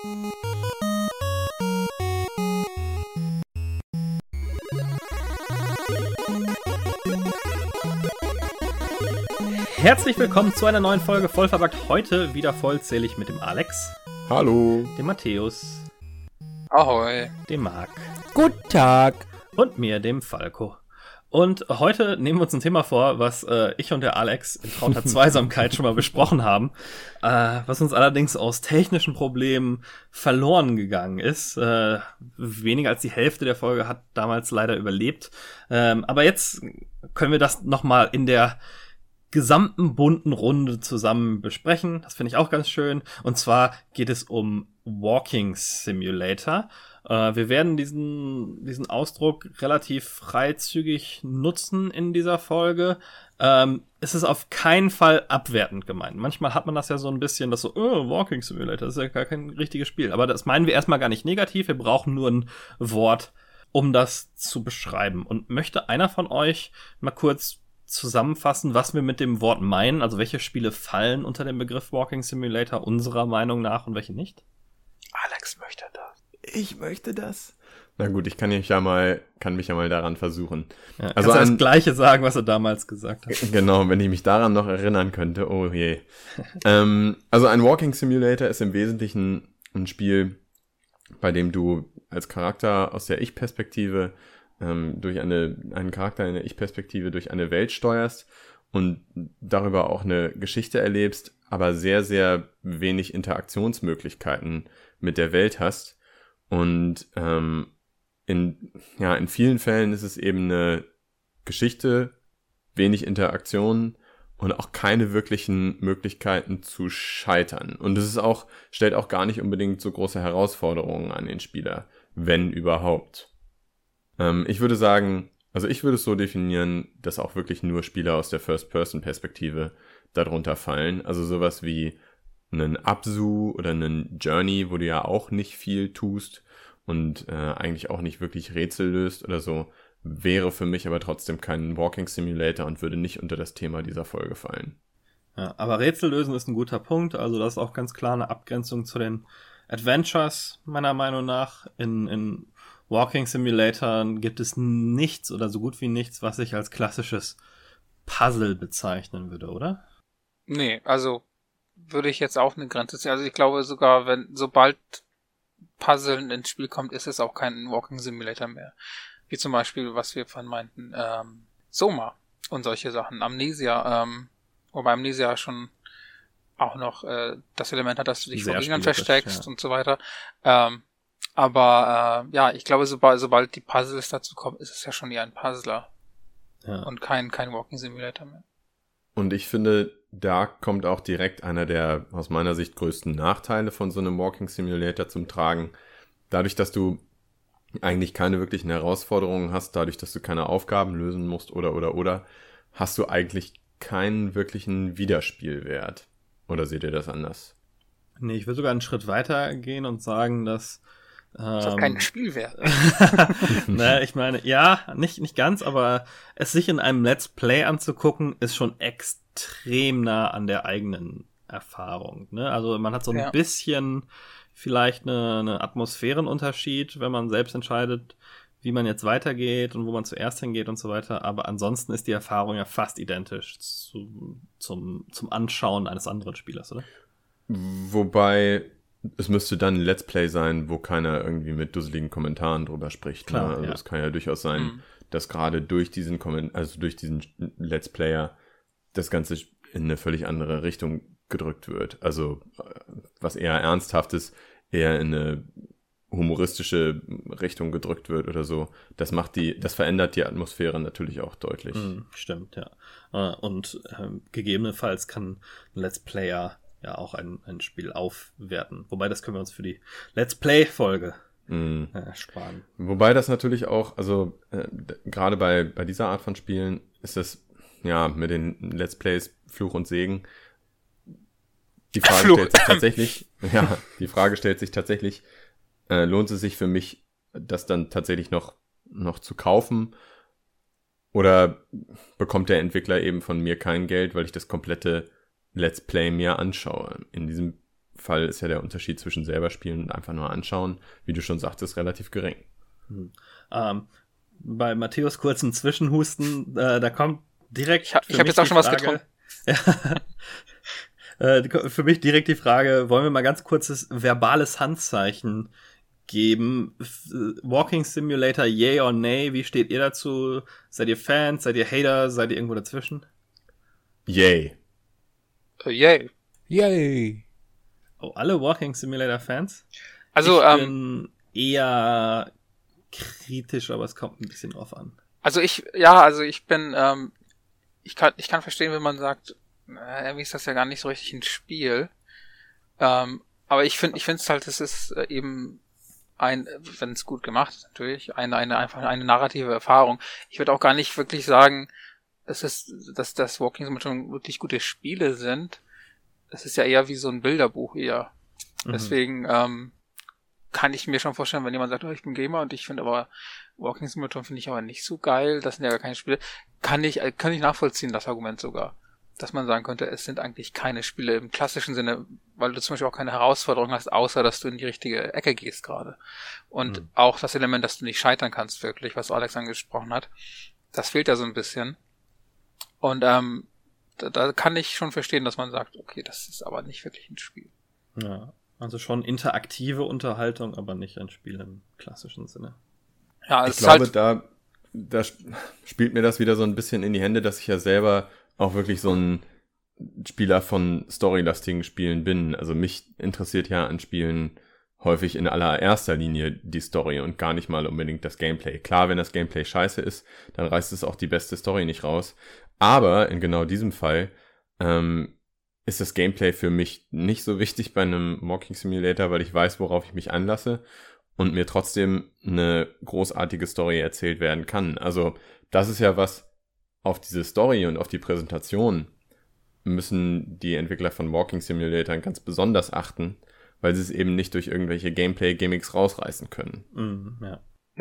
Herzlich willkommen zu einer neuen Folge Vollverbackt. Heute wieder vollzählig mit dem Alex. Hallo. Dem Matthäus. Ahoi. Dem Marc. Guten Tag. Und mir, dem Falco. Und heute nehmen wir uns ein Thema vor, was ich und der Alex in trauter Zweisamkeit schon mal besprochen haben, was uns allerdings aus technischen Problemen verloren gegangen ist. Weniger als die Hälfte der Folge hat damals leider überlebt. Aber jetzt können wir das nochmal in der gesamten bunten Runde zusammen besprechen. Das finde ich auch ganz schön. Und zwar geht es um Walking Simulator. Wir werden diesen Ausdruck relativ freizügig nutzen in dieser Folge. Es ist auf keinen Fall abwertend gemeint. Manchmal hat man das ja so ein bisschen, dass so, Walking Simulator, das ist ja gar kein richtiges Spiel. Aber das meinen wir erstmal gar nicht negativ. Wir brauchen nur ein Wort, um das zu beschreiben. Und möchte einer von euch mal kurz zusammenfassen, was wir mit dem Wort meinen? Also welche Spiele fallen unter den Begriff Walking Simulator unserer Meinung nach und welche nicht? Alex möchte das. Ich möchte das. Na gut, ich kann mich ja mal daran versuchen. Ja, also kannst du das Gleiche sagen, was du damals gesagt hast. Genau, wenn ich mich daran noch erinnern könnte, oh je. Also ein Walking Simulator ist im Wesentlichen ein Spiel, bei dem du als Charakter aus der Ich-Perspektive durch einen Charakter in der Ich-Perspektive durch eine Welt steuerst und darüber auch eine Geschichte erlebst, aber sehr, sehr wenig Interaktionsmöglichkeiten mit der Welt hast. Und in vielen Fällen ist es eben eine Geschichte, wenig Interaktion und auch keine wirklichen Möglichkeiten zu scheitern. Und es stellt auch gar nicht unbedingt so große Herausforderungen an den Spieler, wenn überhaupt. Ich würde sagen, also ich würde es so definieren, dass auch wirklich nur Spieler aus der First-Person-Perspektive darunter fallen. Also sowas wie einen Abzu oder einen Journey, wo du ja auch nicht viel tust und eigentlich auch nicht wirklich Rätsel löst oder so, wäre für mich aber trotzdem kein Walking Simulator und würde nicht unter das Thema dieser Folge fallen. Ja, aber Rätsel lösen ist ein guter Punkt. Also das ist auch ganz klar eine Abgrenzung zu den Adventures, meiner Meinung nach. In Walking Simulatoren gibt es nichts oder so gut wie nichts, was ich als klassisches Puzzle bezeichnen würde, oder? Nee, also würde ich jetzt auch eine Grenze ziehen. Also ich glaube sogar, sobald Puzzlen ins Spiel kommt, ist es auch kein Walking Simulator mehr. Wie zum Beispiel, was wir vorhin meinten, Soma und solche Sachen. Amnesia, wobei Amnesia schon auch noch das Element hat, dass du dich vor Gegnern versteckst und so weiter. Aber ich glaube, sobald die Puzzles dazu kommen, ist es ja schon eher ein Puzzler. Ja. Und kein Walking Simulator mehr. Und ich finde, da kommt auch direkt einer der aus meiner Sicht größten Nachteile von so einem Walking Simulator zum Tragen. Dadurch, dass du eigentlich keine wirklichen Herausforderungen hast, dadurch, dass du keine Aufgaben lösen musst oder, hast du eigentlich keinen wirklichen Wiederspielwert. Oder seht ihr das anders? Nee, ich würde sogar einen Schritt weiter gehen und sagen, dass das hat keinen Spielwert. Na, ich meine, ja, nicht ganz, aber es sich in einem Let's Play anzugucken, ist schon extrem nah an der eigenen Erfahrung. Ne? Also man hat so ein bisschen vielleicht eine Atmosphärenunterschied, wenn man selbst entscheidet, wie man jetzt weitergeht und wo man zuerst hingeht und so weiter. Aber ansonsten ist die Erfahrung ja fast identisch zum Anschauen eines anderen Spielers, oder? Wobei es müsste dann ein Let's Play sein, wo keiner irgendwie mit dusseligen Kommentaren drüber spricht. Klar, ne? Also es kann ja durchaus sein, dass gerade durch diesen Let's Player das Ganze in eine völlig andere Richtung gedrückt wird. Also was eher Ernsthaftes, eher in eine humoristische Richtung gedrückt wird oder so. Das verändert die Atmosphäre natürlich auch deutlich. Stimmt, ja. Und gegebenenfalls kann ein Let's Player ja auch ein Spiel aufwerten. Wobei, das können wir uns für die Let's Play-Folge sparen. Wobei das natürlich auch, also gerade bei dieser Art von Spielen ist das ja mit den Let's Plays Fluch und Segen. Die Frage stellt sich tatsächlich, lohnt es sich für mich, das dann tatsächlich noch zu kaufen? Oder bekommt der Entwickler eben von mir kein Geld, weil ich das komplette Let's Play mir anschaue? In diesem Fall ist ja der Unterschied zwischen selber spielen und einfach nur anschauen, wie du schon sagtest, relativ gering. Bei Matthäus kurzen Zwischenhusten, da kommt direkt. Ich hab jetzt auch schon was getrunken. Für mich direkt die Frage, wollen wir mal ganz kurzes verbales Handzeichen geben? Walking Simulator, yay or nay? Wie steht ihr dazu? Seid ihr Fans? Seid ihr Hater? Seid ihr irgendwo dazwischen? Yay. Yay. Yay. Oh, alle Walking Simulator Fans? Also, ich bin eher kritisch, aber es kommt ein bisschen drauf an. ich bin, ich kann verstehen, wenn man sagt, irgendwie ist das ja gar nicht so richtig ein Spiel. Aber ich finde es halt, es ist eben wenn es gut gemacht ist, natürlich, einfach eine narrative Erfahrung. Ich würde auch gar nicht wirklich sagen, dass das Walking Simulator wirklich gute Spiele sind. Das ist ja eher wie so ein Bilderbuch eher. Deswegen kann ich mir schon vorstellen, wenn jemand sagt, ich bin Gamer und ich finde aber Walking Simulator finde ich aber nicht so geil, das sind ja gar keine Spiele, kann ich nachvollziehen, das Argument sogar. Dass man sagen könnte, es sind eigentlich keine Spiele im klassischen Sinne, weil du zum Beispiel auch keine Herausforderung hast, außer dass du in die richtige Ecke gehst gerade. Und auch das Element, dass du nicht scheitern kannst wirklich, was Alex angesprochen hat, das fehlt ja so ein bisschen. Und da kann ich schon verstehen, dass man sagt, okay, das ist aber nicht wirklich ein Spiel. Ja, also schon interaktive Unterhaltung, aber nicht ein Spiel im klassischen Sinne. Ja, ich glaube, da spielt mir das wieder so ein bisschen in die Hände, dass ich ja selber auch wirklich so ein Spieler von storylastigen Spielen bin. Also mich interessiert ja an Spielen häufig in allererster Linie die Story und gar nicht mal unbedingt das Gameplay. Klar, wenn das Gameplay scheiße ist, dann reißt es auch die beste Story nicht raus. Aber in genau diesem Fall ist das Gameplay für mich nicht so wichtig bei einem Walking Simulator, weil ich weiß, worauf ich mich anlasse und mir trotzdem eine großartige Story erzählt werden kann. Also das ist ja was, auf diese Story und auf die Präsentation müssen die Entwickler von Walking Simulatoren ganz besonders achten, weil sie es eben nicht durch irgendwelche Gameplay-Gimmicks rausreißen können. Ja.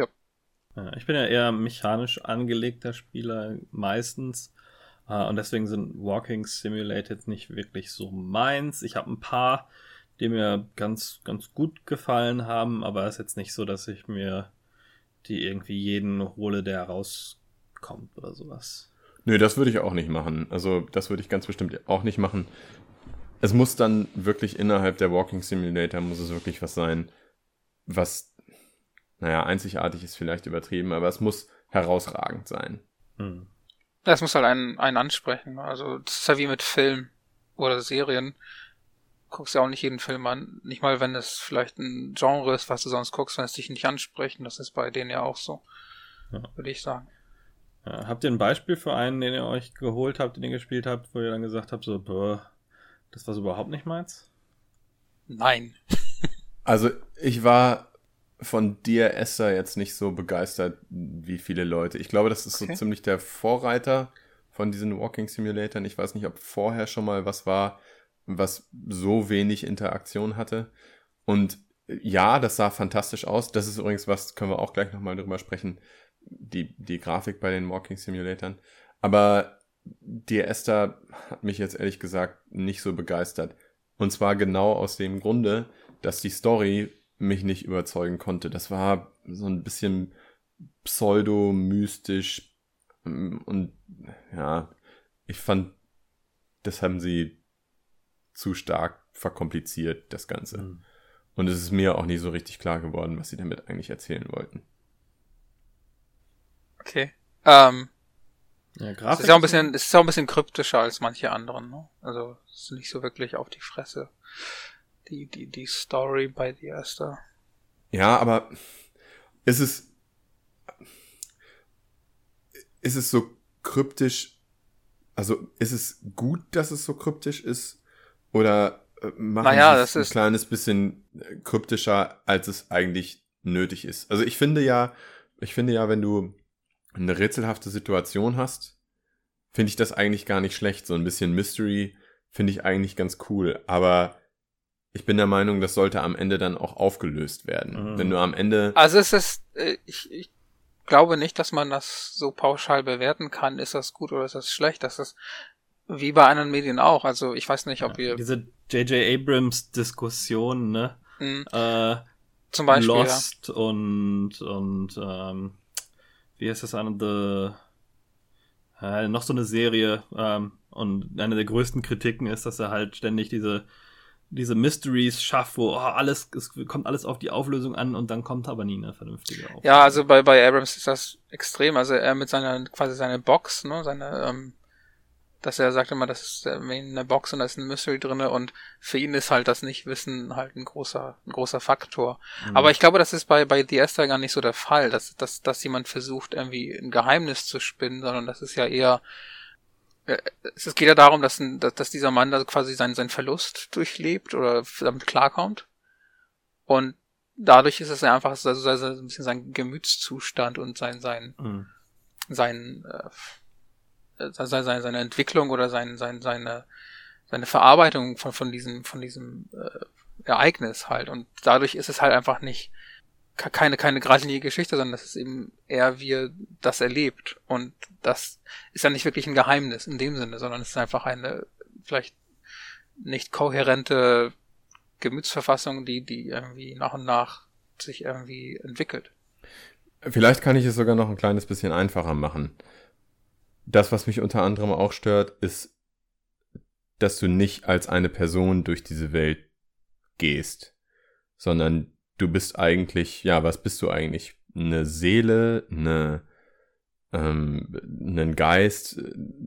Ja. Ich bin ja eher mechanisch angelegter Spieler meistens und deswegen sind Walking Simulated nicht wirklich so meins. Ich habe ein paar, die mir ganz, ganz gut gefallen haben, aber es ist jetzt nicht so, dass ich mir die irgendwie jeden hole, der rauskommt oder sowas. Nö, das würde ich auch nicht machen. Also das würde ich ganz bestimmt auch nicht machen. Es muss dann wirklich innerhalb der Walking Simulator, muss es wirklich was sein, was, einzigartig ist vielleicht übertrieben, aber es muss herausragend sein. Es muss halt einen ansprechen. Also das ist ja wie mit Film oder Serien. Du guckst ja auch nicht jeden Film an. Nicht mal, wenn es vielleicht ein Genre ist, was du sonst guckst, wenn es dich nicht anspricht. Und das ist bei denen ja auch so, würde ich sagen. Ja, habt ihr ein Beispiel für einen, den ihr euch geholt habt, den ihr gespielt habt, wo ihr dann gesagt habt, so, das war so überhaupt nicht meins? Nein. Also ich war von Dear Esther jetzt nicht so begeistert wie viele Leute. Ich glaube, das ist so ziemlich der Vorreiter von diesen Walking Simulatoren. Ich weiß nicht, ob vorher schon mal was war, was so wenig Interaktion hatte. Und ja, das sah fantastisch aus. Das ist übrigens was, können wir auch gleich nochmal drüber sprechen, die Grafik bei den Walking Simulatoren. Aber Dear Esther hat mich jetzt ehrlich gesagt nicht so begeistert. Und zwar genau aus dem Grunde, dass die Story mich nicht überzeugen konnte. Das war so ein bisschen pseudo-mystisch und ja, ich fand, das haben sie zu stark verkompliziert, das Ganze. Und es ist mir auch nicht so richtig klar geworden, was sie damit eigentlich erzählen wollten. Okay. Ja, es ist ja auch ein bisschen kryptischer als manche anderen, ne? Also es ist nicht so wirklich auf die Fresse. Die Story bei Dear Esther. Ja, aber ist es so kryptisch, also ist es gut, dass es so kryptisch ist, oder machen sie es ein kleines bisschen kryptischer, als es eigentlich nötig ist? Also ich finde ja, wenn du eine rätselhafte Situation hast, finde ich das eigentlich gar nicht schlecht. So ein bisschen Mystery finde ich eigentlich ganz cool, aber ich bin der Meinung, das sollte am Ende dann auch aufgelöst werden. Wenn du am Ende... Also ich glaube nicht, dass man das so pauschal bewerten kann, ist das gut oder ist das schlecht. Das ist Wie bei anderen Medien auch. Also ich weiß nicht, ob ihr... Diese J.J. Abrams-Diskussion, ne? Zum Beispiel, Lost und wie heißt das andere? Noch so eine Serie. Und eine der größten Kritiken ist, dass er halt ständig diese Mysteries schafft, wo es kommt alles auf die Auflösung an und dann kommt aber nie eine vernünftige Auflösung. Ja, also bei Abrams ist das extrem. Also er mit seine Box, ne, dass er sagt immer, das ist eine Box und da ist ein Mystery drinne und für ihn ist halt das Nichtwissen halt ein großer Faktor. Mhm. Aber ich glaube, das ist bei The Esther gar nicht so der Fall, dass jemand versucht, irgendwie ein Geheimnis zu spinnen, sondern das ist ja eher, es geht ja darum, dass dieser Mann da quasi seinen Verlust durchlebt oder damit klarkommt. Und dadurch ist es ja einfach so ein bisschen sein Gemütszustand und seine Entwicklung oder seine Verarbeitung von diesem Ereignis halt. Und dadurch ist es halt einfach nicht keine geradlinige Geschichte, sondern das ist eben eher, wie er das erlebt. Und das ist ja nicht wirklich ein Geheimnis in dem Sinne, sondern es ist einfach eine vielleicht nicht kohärente Gemütsverfassung, die irgendwie nach und nach sich irgendwie entwickelt. Vielleicht kann ich es sogar noch ein kleines bisschen einfacher machen. Das, was mich unter anderem auch stört, ist, dass du nicht als eine Person durch diese Welt gehst, sondern du bist eigentlich, was bist du eigentlich? Eine Seele, einen Geist,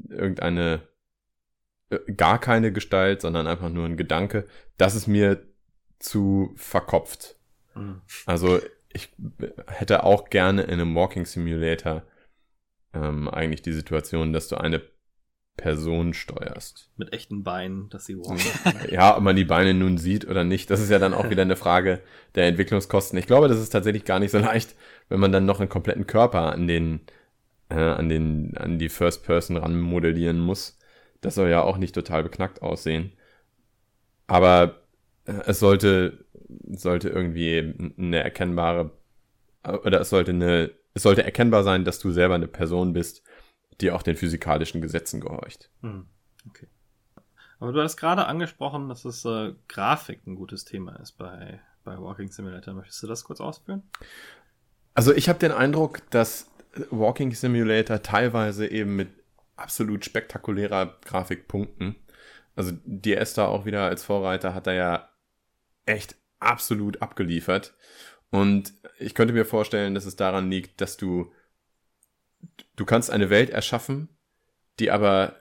gar keine Gestalt, sondern einfach nur ein Gedanke. Das ist mir zu verkopft. Mhm. Also ich hätte auch gerne in einem Walking Simulator eigentlich die Situation, dass du eine Person steuerst. Mit echten Beinen, dass sie walken. Ja, ob man die Beine nun sieht oder nicht, das ist ja dann auch wieder eine Frage der Entwicklungskosten. Ich glaube, das ist tatsächlich gar nicht so leicht, wenn man dann noch einen kompletten Körper an die First Person ran modellieren muss. Das soll ja auch nicht total beknackt aussehen. Aber es sollte irgendwie eine erkennbare, oder es sollte erkennbar sein, dass du selber eine Person bist, die auch den physikalischen Gesetzen gehorcht. Okay. Aber du hast gerade angesprochen, dass es Grafik ein gutes Thema ist bei Walking Simulator. Möchtest du das kurz ausführen? Also ich habe den Eindruck, dass Walking Simulator teilweise eben mit absolut spektakulärer Grafik punkten. Also die Esther auch wieder als Vorreiter hat er ja echt absolut abgeliefert. Und ich könnte mir vorstellen, dass es daran liegt, dass du kannst eine Welt erschaffen, die aber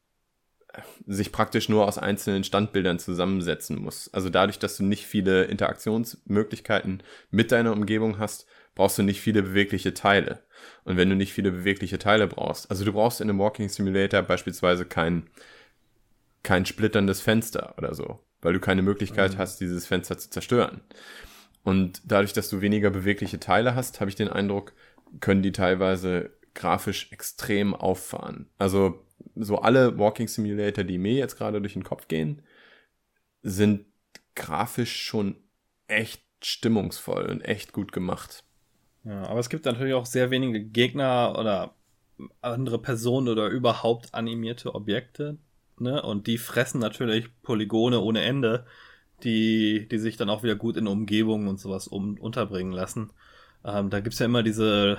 sich praktisch nur aus einzelnen Standbildern zusammensetzen muss. Also dadurch, dass du nicht viele Interaktionsmöglichkeiten mit deiner Umgebung hast, brauchst du nicht viele bewegliche Teile. Und wenn du nicht viele bewegliche Teile brauchst, also du brauchst in einem Walking Simulator beispielsweise kein splitterndes Fenster oder so, weil du keine Möglichkeit hast, dieses Fenster zu zerstören. Und dadurch, dass du weniger bewegliche Teile hast, habe ich den Eindruck, können die teilweise grafisch extrem auffahren. Also so alle Walking Simulator, die mir jetzt gerade durch den Kopf gehen, sind grafisch schon echt stimmungsvoll und echt gut gemacht. Ja, aber es gibt natürlich auch sehr wenige Gegner oder andere Personen oder überhaupt animierte Objekte, ne? Und die fressen natürlich Polygone ohne Ende, die sich dann auch wieder gut in Umgebungen und sowas unterbringen lassen. Da gibt's ja immer diese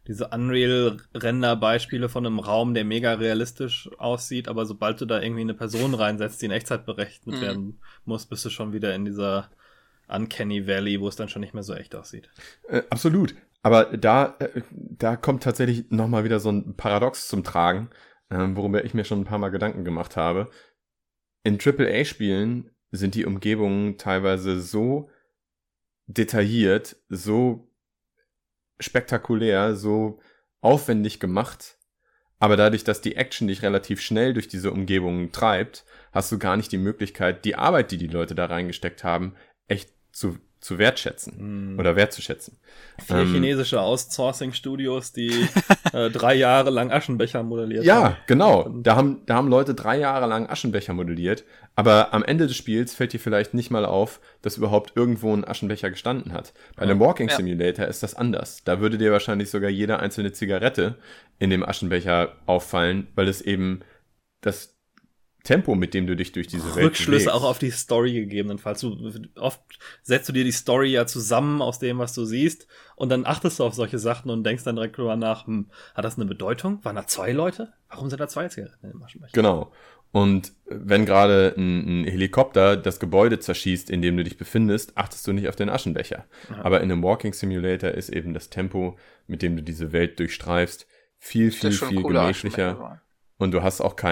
Unreal-Render-Beispiele von einem Raum, der mega realistisch aussieht, aber sobald du da irgendwie eine Person reinsetzt, die in Echtzeit berechnet werden muss, bist du schon wieder in dieser Uncanny Valley, wo es dann schon nicht mehr so echt aussieht. Absolut. Aber da kommt tatsächlich nochmal wieder so ein Paradox zum Tragen, worüber ich mir schon ein paar Mal Gedanken gemacht habe. In AAA-Spielen sind die Umgebungen teilweise so detailliert, so spektakulär, so aufwendig gemacht, aber dadurch, dass die Action dich relativ schnell durch diese Umgebungen treibt, hast du gar nicht die Möglichkeit, die Arbeit, die Leute da reingesteckt haben, echt zu wertschätzen oder wertzuschätzen. 4 chinesische Outsourcing-Studios, die 3 Jahre lang Aschenbecher modelliert haben. Ja, genau. Da haben Leute 3 Jahre lang Aschenbecher modelliert, aber am Ende des Spiels fällt dir vielleicht nicht mal auf, dass überhaupt irgendwo ein Aschenbecher gestanden hat. Bei einem Walking Simulator ist das anders. Da würde dir wahrscheinlich sogar jede einzelne Zigarette in dem Aschenbecher auffallen, weil es eben Tempo, mit dem du dich durch diese Welt Rückschlüsse bewegst. auch auf die Story gegebenenfalls. Oft setzt du dir die Story ja zusammen aus dem, was du siehst, und dann achtest du auf solche Sachen und denkst dann direkt drüber nach, hat das eine Bedeutung? Waren da 2 Leute? Warum sind da 2 jetzt hier in dem Aschenbecher? Genau. Und wenn gerade ein Helikopter das Gebäude zerschießt, in dem du dich befindest, achtest du nicht auf den Aschenbecher. Ja. Aber in einem Walking Simulator ist eben das Tempo, mit dem du diese Welt durchstreifst, viel gemächlicher. Und du hast auch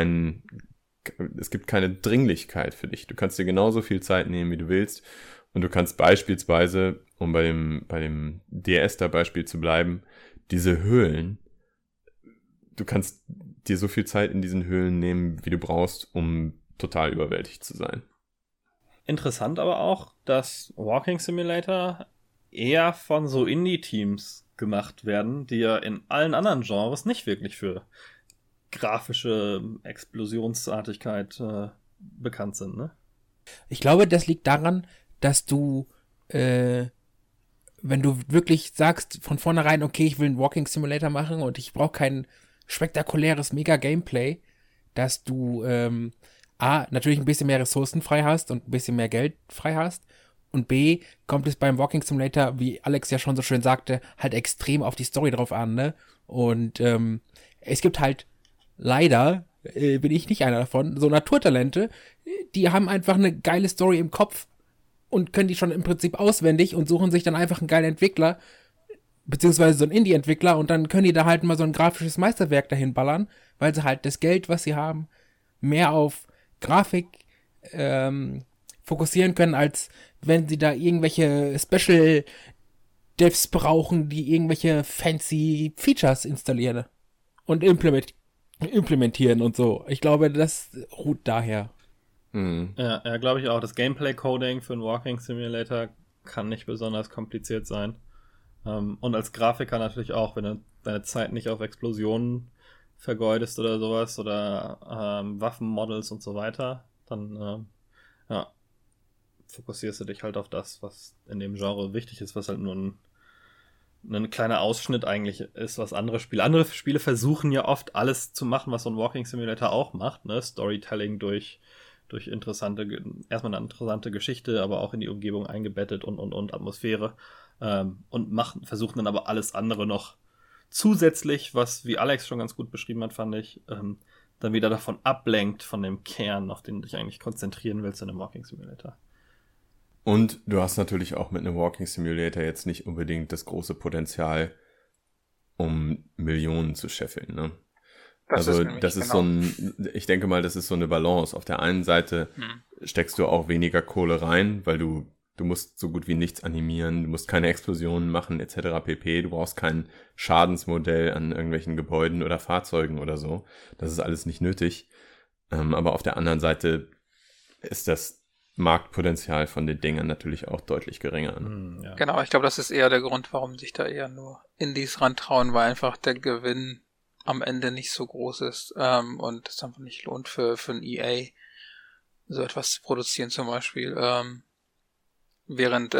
es gibt keine Dringlichkeit für dich. Du kannst dir genauso viel Zeit nehmen, wie du willst. Und du kannst beispielsweise, um bei dem DS-Beispiel zu bleiben, diese Höhlen, du kannst dir so viel Zeit in diesen Höhlen nehmen, wie du brauchst, um total überwältigt zu sein. Interessant aber auch, dass Walking Simulator eher von so Indie-Teams gemacht werden, die ja in allen anderen Genres nicht wirklich für grafische Explosionsartigkeit bekannt sind, ne? Ich glaube, das liegt daran, dass du, wenn du wirklich sagst von vornherein, okay, ich will einen Walking Simulator machen und ich brauche kein spektakuläres Mega-Gameplay, dass du A, natürlich ein bisschen mehr Ressourcen frei hast und ein bisschen mehr Geld frei hast, und B, kommt es beim Walking Simulator, wie Alex ja schon so schön sagte, halt extrem auf die Story drauf an, ne? Und es gibt halt leider, bin ich nicht einer davon, so Naturtalente, die haben einfach eine geile Story im Kopf und können die schon im Prinzip auswendig und suchen sich dann einfach einen geilen Entwickler, beziehungsweise so einen Indie-Entwickler, und dann können die da halt mal so ein grafisches Meisterwerk dahin ballern, weil sie halt das Geld, was sie haben, mehr auf Grafik fokussieren können, als wenn sie da irgendwelche Special Devs brauchen, die irgendwelche fancy Features installieren und implementieren und so. Ich glaube, das ruht daher. Ja, glaube ich auch. Das Gameplay-Coding für einen Walking Simulator kann nicht besonders kompliziert sein. Und als Grafiker natürlich auch, wenn du deine Zeit nicht auf Explosionen vergeudest oder sowas oder Waffenmodels und so weiter, dann fokussierst du dich halt auf das, was in dem Genre wichtig ist, was halt nur ein kleiner Ausschnitt eigentlich ist, was andere Spiele versuchen ja oft alles zu machen, was so ein Walking Simulator auch macht, ne? Storytelling durch erstmal eine interessante Geschichte, aber auch in die Umgebung eingebettet und Atmosphäre, und versuchen dann aber alles andere noch zusätzlich, was, wie Alex schon ganz gut beschrieben hat, fand ich, dann wieder davon ablenkt, von dem Kern, auf den du dich eigentlich konzentrieren willst in einem Walking Simulator. Und du hast natürlich auch mit einem Walking Simulator jetzt nicht unbedingt das große Potenzial, um Millionen zu scheffeln, ne? Ich denke mal, das ist so eine Balance. Auf der einen Seite steckst du auch weniger Kohle rein, weil du musst so gut wie nichts animieren, du musst keine Explosionen machen, etc. pp. Du brauchst kein Schadensmodell an irgendwelchen Gebäuden oder Fahrzeugen oder so. Das ist alles nicht nötig. Aber auf der anderen Seite ist das Marktpotenzial von den Dingern natürlich auch deutlich geringer. Ne? Ja. Genau, ich glaube, das ist eher der Grund, warum sich da eher nur Indies rantrauen, weil einfach der Gewinn am Ende nicht so groß ist und es einfach nicht lohnt für ein EA so etwas zu produzieren zum Beispiel. Während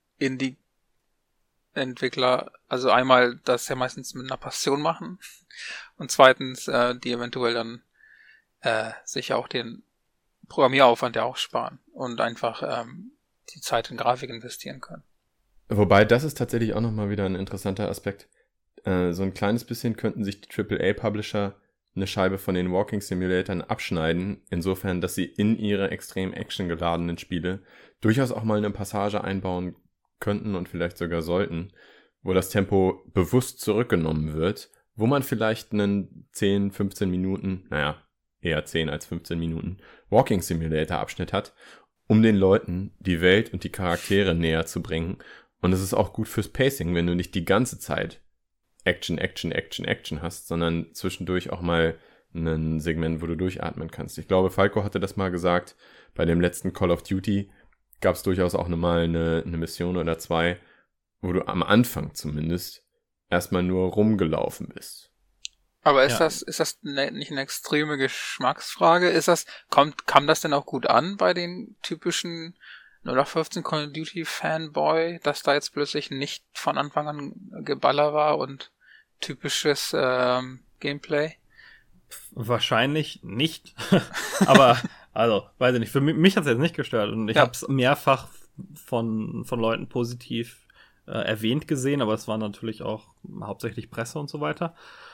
Indie-Entwickler, also einmal das ja meistens mit einer Passion machen und zweitens die eventuell dann sich auch den Programmieraufwand ja auch sparen und einfach die Zeit in Grafik investieren können. Wobei, das ist tatsächlich auch nochmal wieder ein interessanter Aspekt. So ein kleines bisschen könnten sich die AAA-Publisher eine Scheibe von den Walking Simulatoren abschneiden, insofern, dass sie in ihre extrem actiongeladenen Spiele durchaus auch mal eine Passage einbauen könnten und vielleicht sogar sollten, wo das Tempo bewusst zurückgenommen wird, wo man vielleicht einen 10, 15 Minuten, naja, eher 10 als 15 Minuten Walking Simulator Abschnitt hat, um den Leuten die Welt und die Charaktere näher zu bringen. Und es ist auch gut fürs Pacing, wenn du nicht die ganze Zeit Action hast, sondern zwischendurch auch mal ein Segment, wo du durchatmen kannst. Ich glaube, Falco hatte das mal gesagt, bei dem letzten Call of Duty gab es durchaus auch mal eine Mission oder 2, wo du am Anfang zumindest erstmal nur rumgelaufen bist. Aber ist das nicht eine extreme Geschmacksfrage? Kam das denn auch gut an bei den typischen 0815 Call of Duty Fanboy, dass da jetzt plötzlich nicht von Anfang an Geballer war und typisches Gameplay? Wahrscheinlich nicht. Aber, also, weiß ich nicht. Für mich hat es jetzt nicht gestört. Und ich habe es mehrfach von Leuten positiv erwähnt gesehen, aber es war natürlich auch hauptsächlich Presse und so weiter.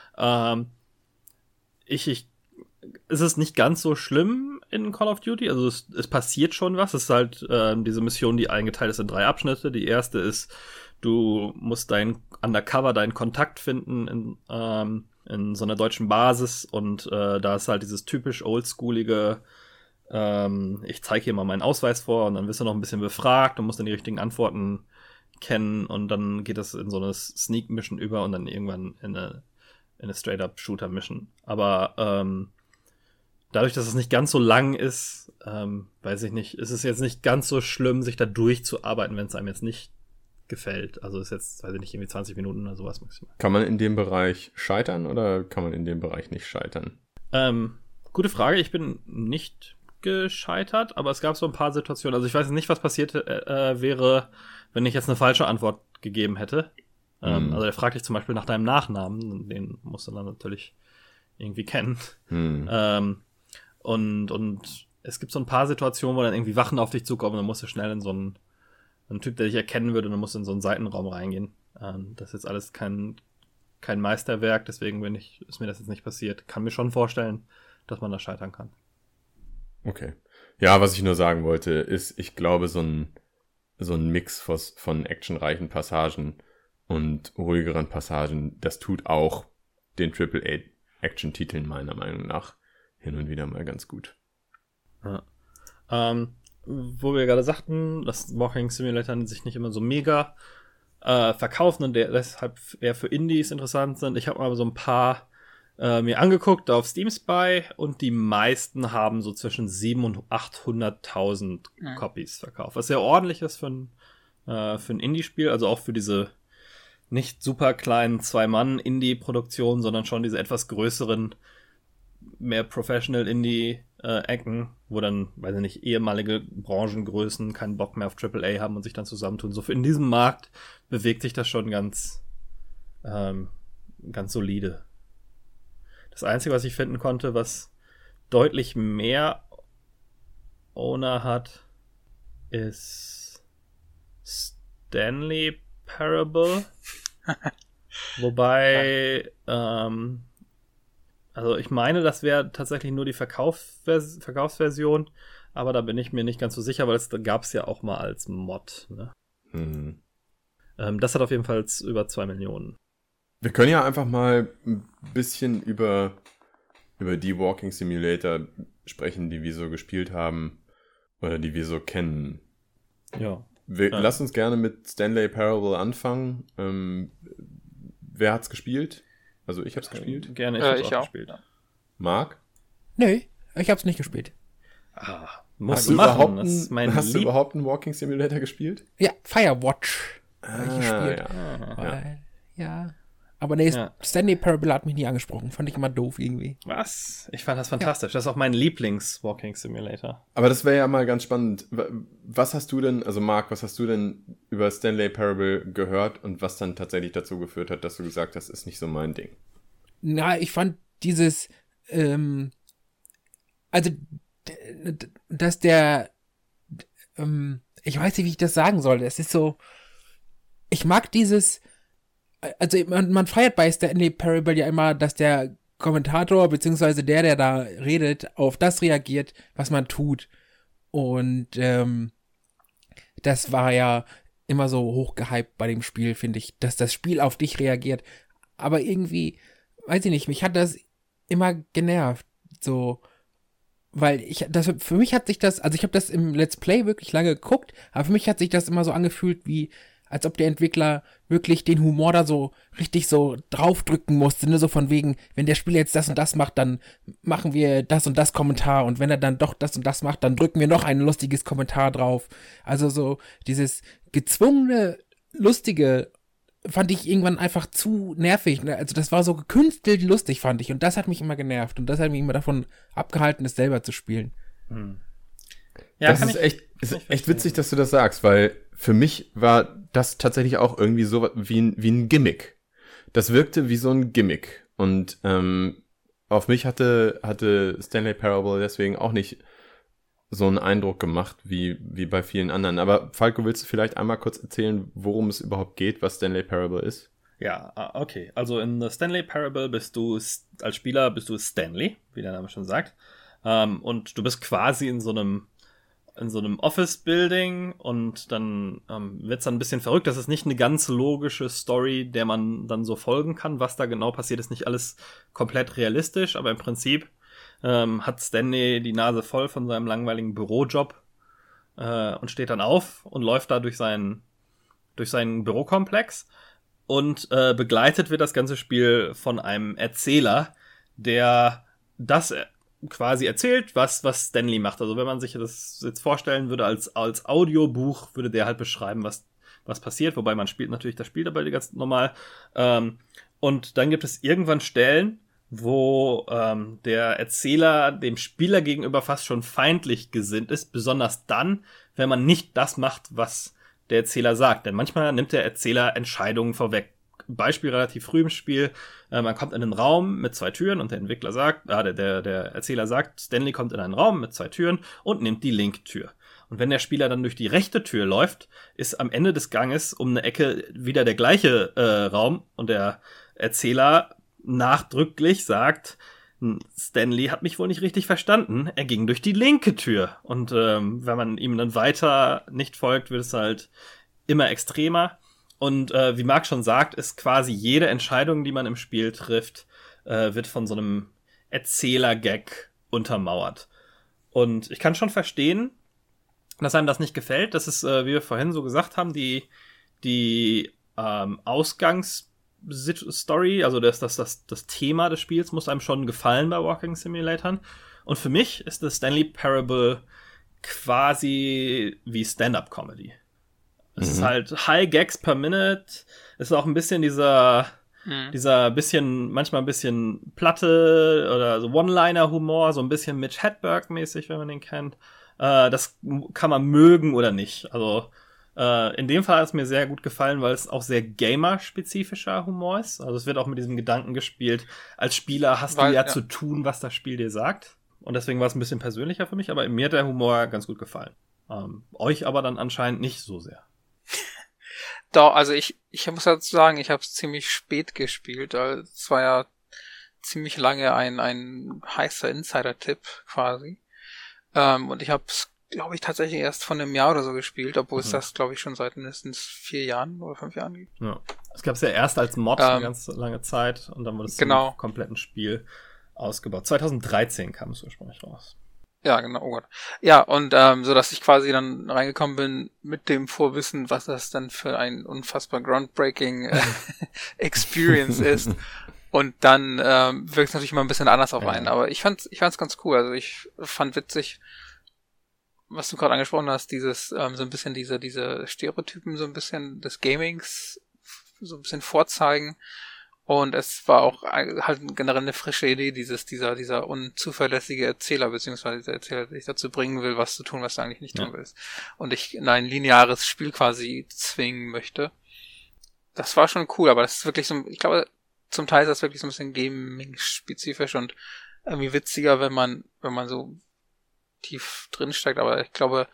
Es ist nicht ganz so schlimm in Call of Duty, also es passiert schon was. Es ist halt diese Mission, die eingeteilt ist in 3 Abschnitte. Die erste ist, du musst undercover deinen Kontakt finden in so einer deutschen Basis und da ist halt dieses typisch oldschoolige ich zeige hier mal meinen Ausweis vor und dann wirst du noch ein bisschen befragt und musst dann die richtigen Antworten kennen und dann geht das in so eine Sneak-Mission über und dann irgendwann in eine Straight-Up-Shooter-Mission. Aber dadurch, dass es nicht ganz so lang ist, weiß ich nicht, ist es jetzt nicht ganz so schlimm, sich da durchzuarbeiten, wenn es einem jetzt nicht gefällt. Also ist jetzt, weiß ich nicht, irgendwie 20 Minuten oder sowas maximal. Kann man in dem Bereich scheitern oder kann man in dem Bereich nicht scheitern? Gute Frage, ich bin nicht gescheitert, aber es gab so ein paar Situationen. Also ich weiß nicht, was passiert wäre, wenn ich jetzt eine falsche Antwort gegeben hätte. Also er fragt dich zum Beispiel nach deinem Nachnamen, den musst du dann natürlich irgendwie kennen. Und es gibt so ein paar Situationen, wo dann irgendwie Wachen auf dich zukommen und dann musst du schnell in so einen Typ, der dich erkennen würde, und dann musst du in so einen Seitenraum reingehen. Das ist jetzt alles kein Meisterwerk, deswegen ist mir das jetzt nicht passiert. Kann mir schon vorstellen, dass man da scheitern kann. Okay. Ja, was ich nur sagen wollte, ist, ich glaube, so ein Mix von actionreichen Passagen und ruhigeren Passagen, das tut auch den AAA-Action-Titeln meiner Meinung nach hin und wieder mal ganz gut. Ja. Wo wir gerade sagten, dass Walking Simulator sich nicht immer so mega verkaufen und deshalb eher für Indies interessant sind. Ich habe mal so ein paar mir angeguckt auf Steam Spy und die meisten haben so zwischen 700.000 und 800.000 Copies verkauft. Was sehr ordentlich ist für ein Indie-Spiel, also auch für diese nicht super kleinen 2-Mann-Indie-Produktionen, sondern schon diese etwas größeren, mehr Professional Indie-Ecken, wo dann, weiß ich nicht, ehemalige Branchengrößen keinen Bock mehr auf AAA haben und sich dann zusammentun. So in diesem Markt bewegt sich das schon ganz solide. Das Einzige, was ich finden konnte, was deutlich mehr Owner hat, ist Stanley Parable. Wobei, also ich meine, das wäre tatsächlich nur die Verkaufsversion, aber da bin ich mir nicht ganz so sicher, weil das gab es ja auch mal als Mod. Ne? Das hat auf jeden Fall über 2 Millionen. Wir können ja einfach mal ein bisschen über die Walking Simulator sprechen, die wir so gespielt haben oder die wir so kennen. Ja. Lass uns gerne mit Stanley Parable anfangen. Wer hat's gespielt? Also ich hab's gespielt. Gerne, ich hab's auch gespielt. Marc? Nö, ich hab's nicht gespielt. Hast du überhaupt einen Walking Simulator gespielt? Ja, Firewatch habe ich gespielt. Ja. Aber nee, Stanley Parable hat mich nie angesprochen. Fand ich immer doof irgendwie. Was? Ich fand das fantastisch. Ja. Das ist auch mein Lieblings-Walking Simulator. Aber das wäre ja mal ganz spannend. Was hast du denn, also Marc, was hast du denn über Stanley Parable gehört und was dann tatsächlich dazu geführt hat, dass du gesagt hast, das ist nicht so mein Ding? Na, ich fand dieses, also, dass der, ich weiß nicht, wie ich das sagen soll. Es ist so, ich mag dieses, also man feiert bei Stanley Parable ja immer, dass der Kommentator beziehungsweise der da redet, auf das reagiert, was man tut. Und das war ja immer so hochgehypt bei dem Spiel, finde ich, dass das Spiel auf dich reagiert. Aber irgendwie, weiß ich nicht, mich hat das immer genervt, so, weil für mich hat sich das, also ich habe das im Let's Play wirklich lange geguckt, aber für mich hat sich das immer so angefühlt wie, als ob der Entwickler wirklich den Humor da so richtig so draufdrücken musste, ne, so von wegen, wenn der Spieler jetzt das und das macht, dann machen wir das und das Kommentar und wenn er dann doch das und das macht, dann drücken wir noch ein lustiges Kommentar drauf. Also so dieses gezwungene, lustige fand ich irgendwann einfach zu nervig. Ne? Also das war so gekünstelt lustig, fand ich, und das hat mich immer genervt und das hat mich immer davon abgehalten, es selber zu spielen. Ja, das ist echt witzig, dass du das sagst, weil für mich war das tatsächlich auch irgendwie so wie ein Gimmick. Das wirkte wie so ein Gimmick. Und auf mich hatte Stanley Parable deswegen auch nicht so einen Eindruck gemacht wie bei vielen anderen. Aber Falco, willst du vielleicht einmal kurz erzählen, worum es überhaupt geht, was Stanley Parable ist? Ja, okay. Also in The Stanley Parable bist du als Spieler Stanley, wie der Name schon sagt. Und du bist quasi in so einem Office-Building und dann wird's dann ein bisschen verrückt. Das ist nicht eine ganz logische Story, der man dann so folgen kann. Was da genau passiert, ist nicht alles komplett realistisch, aber im Prinzip hat Stanley die Nase voll von seinem langweiligen Bürojob und steht dann auf und läuft da durch seinen Bürokomplex und begleitet wird das ganze Spiel von einem Erzähler, der das quasi erzählt, was Stanley macht. Also wenn man sich das jetzt vorstellen würde als Audiobuch, würde der halt beschreiben, was passiert, wobei man spielt natürlich das Spiel dabei ganz normal. Und dann gibt es irgendwann Stellen, wo der Erzähler dem Spieler gegenüber fast schon feindlich gesinnt ist, besonders dann, wenn man nicht das macht, was der Erzähler sagt. Denn manchmal nimmt der Erzähler Entscheidungen vorweg. Beispiel relativ früh im Spiel, man kommt in einen Raum mit 2 Türen und der Entwickler sagt, der Erzähler sagt, Stanley kommt in einen Raum mit 2 Türen und nimmt die linke Tür. Und wenn der Spieler dann durch die rechte Tür läuft, ist am Ende des Ganges um eine Ecke wieder der gleiche Raum und der Erzähler nachdrücklich sagt, Stanley hat mich wohl nicht richtig verstanden, er ging durch die linke Tür. Und wenn man ihm dann weiter nicht folgt, wird es halt immer extremer. Und wie Marc schon sagt, ist quasi jede Entscheidung, die man im Spiel trifft, wird von so einem Erzähler-Gag untermauert. Und ich kann schon verstehen, dass einem das nicht gefällt. Das ist, wie wir vorhin so gesagt haben, die Ausgangsstory, also das Thema des Spiels muss einem schon gefallen bei Walking Simulatoren. Und für mich ist das Stanley Parable quasi wie Stand-Up-Comedy. Es ist halt High Gags per Minute. Es ist auch ein bisschen dieser bisschen, manchmal ein bisschen Platte oder so One-Liner-Humor, so ein bisschen Mitch Hedberg-mäßig, wenn man den kennt. Das kann man mögen oder nicht. Also in dem Fall hat es mir sehr gut gefallen, weil es auch sehr gamer-spezifischer Humor ist. Also es wird auch mit diesem Gedanken gespielt, als Spieler hast du ja zu tun, was das Spiel dir sagt. Und deswegen war es ein bisschen persönlicher für mich, aber mir hat der Humor ganz gut gefallen. Euch aber dann anscheinend nicht so sehr. Doch, also ich muss dazu sagen, ich habe es ziemlich spät gespielt. Es war ja ziemlich lange ein heißer Insider-Tipp quasi. Und ich habe es, glaube ich, tatsächlich erst von einem Jahr oder so gespielt, obwohl es das, glaube ich, schon seit mindestens 4 Jahren oder 5 Jahren gibt. Ja. Es gab es ja erst als Mod eine ganz lange Zeit und dann wurde es zum kompletten Spiel ausgebaut. 2013 kam es ursprünglich raus. Ja, genau, oh Gott. Ja, und so dass ich quasi dann reingekommen bin mit dem Vorwissen, was das dann für ein unfassbar groundbreaking Experience ist. Und dann wirkt es natürlich immer ein bisschen anders auf einen. Aber ich fand's ganz cool. Also ich fand witzig, was du gerade angesprochen hast, dieses so ein bisschen diese Stereotypen so ein bisschen des Gamings so ein bisschen vorzeigen. Und es war auch halt generell eine frische Idee, dieser unzuverlässige Erzähler, beziehungsweise der Erzähler, der dich dazu bringen will, was zu tun, was du eigentlich nicht tun willst. Und dich in ein lineares Spiel quasi zwingen möchte. Das war schon cool, aber das ist wirklich so, ich glaube, zum Teil ist das wirklich so ein bisschen Gaming-spezifisch und irgendwie witziger, wenn man so tief drinsteckt, aber ich glaube,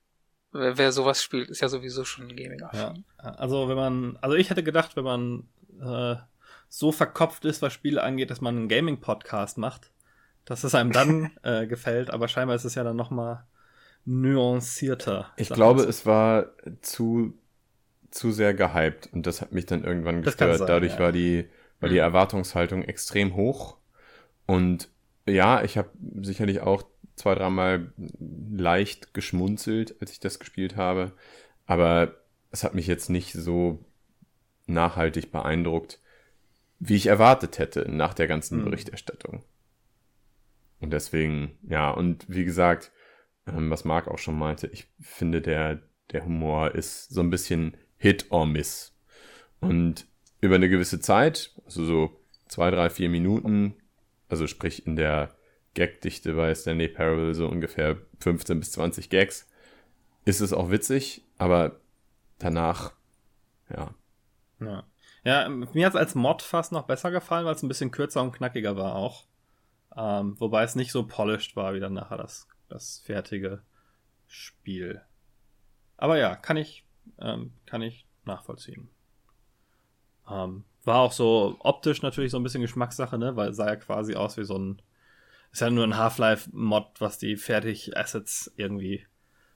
wer sowas spielt, ist ja sowieso schon Gaming-affin. Ja, also ich hätte gedacht, wenn man so verkopft ist, was Spiele angeht, dass man einen Gaming-Podcast macht, dass es einem dann gefällt, aber scheinbar ist es ja dann nochmal nuancierter. Ich glaube, es war zu sehr gehypt und das hat mich dann irgendwann gestört. Dadurch war die Erwartungshaltung extrem hoch und ja, ich habe sicherlich auch 2-3 Mal leicht geschmunzelt, als ich das gespielt habe, aber es hat mich jetzt nicht so nachhaltig beeindruckt, wie ich erwartet hätte nach der ganzen Berichterstattung. Und deswegen, ja, und wie gesagt, was Marc auch schon meinte, ich finde, der Humor ist so ein bisschen Hit or Miss. Und über eine gewisse Zeit, also so 2, 3, 4 Minuten, also sprich in der Gagdichte bei Stanley Parable so ungefähr 15 bis 20 Gags, ist es auch witzig, aber danach, ja. Ja, mir hat es als Mod fast noch besser gefallen, weil es ein bisschen kürzer und knackiger war auch. Wobei es nicht so polished war wie dann nachher das fertige Spiel. Aber ja, kann ich nachvollziehen. War auch so optisch natürlich so ein bisschen Geschmackssache, ne? Weil es sah ja quasi aus wie ist ja nur ein Half-Life-Mod, was die Fertig-Assets irgendwie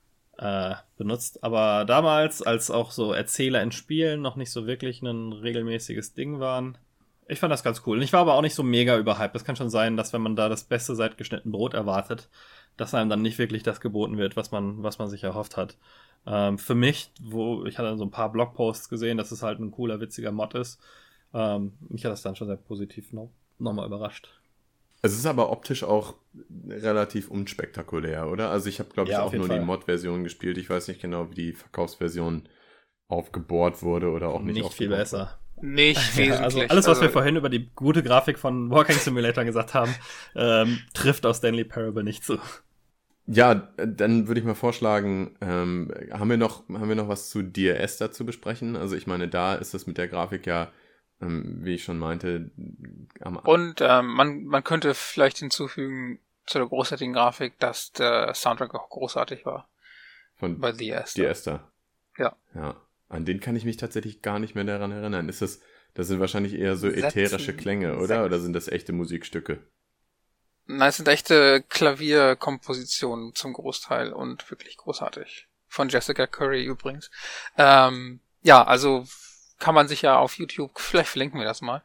benutzt. Aber damals, als auch so Erzähler in Spielen noch nicht so wirklich ein regelmäßiges Ding waren, ich fand das ganz cool. Und ich war aber auch nicht so mega überhyped. Das kann schon sein, dass wenn man da das Beste seit geschnittenem Brot erwartet, dass einem dann nicht wirklich das geboten wird, was man sich erhofft hat. Für mich, ich hatte so ein paar Blogposts gesehen, dass es halt ein cooler, witziger Mod ist. Mich hat das dann schon sehr positiv nochmal überrascht. Es ist aber optisch auch relativ unspektakulär, oder? Also ich habe, glaube ich, Ja, auch auf jeden nur die Fall. Mod-Version gespielt. Ich weiß nicht genau, wie die Verkaufsversion aufgebohrt wurde oder auch nicht viel aufgebohrt besser. Nicht Ja, wesentlich. also alles, was wir vorhin über die gute Grafik von Walking Simulator gesagt haben, trifft auf Stanley Parable nicht zu. Ja, dann würde ich mal vorschlagen, haben wir noch was zu Dear Esther zu besprechen? Also ich meine, da ist das mit der Grafik ja, wie ich schon meinte, Und man könnte vielleicht hinzufügen zu der großartigen Grafik, dass der Soundtrack auch großartig war. von Bei The Esther. Dear Esther. Ja. Ja. An den kann ich mich tatsächlich gar nicht mehr daran erinnern. Das sind wahrscheinlich eher so ätherische Klänge, oder? 6. Oder sind das echte Musikstücke? Nein, es sind echte Klavierkompositionen zum Großteil und wirklich großartig. Von Jessica Curry übrigens. Ja, also kann man sich ja auf YouTube, vielleicht verlinken wir das mal,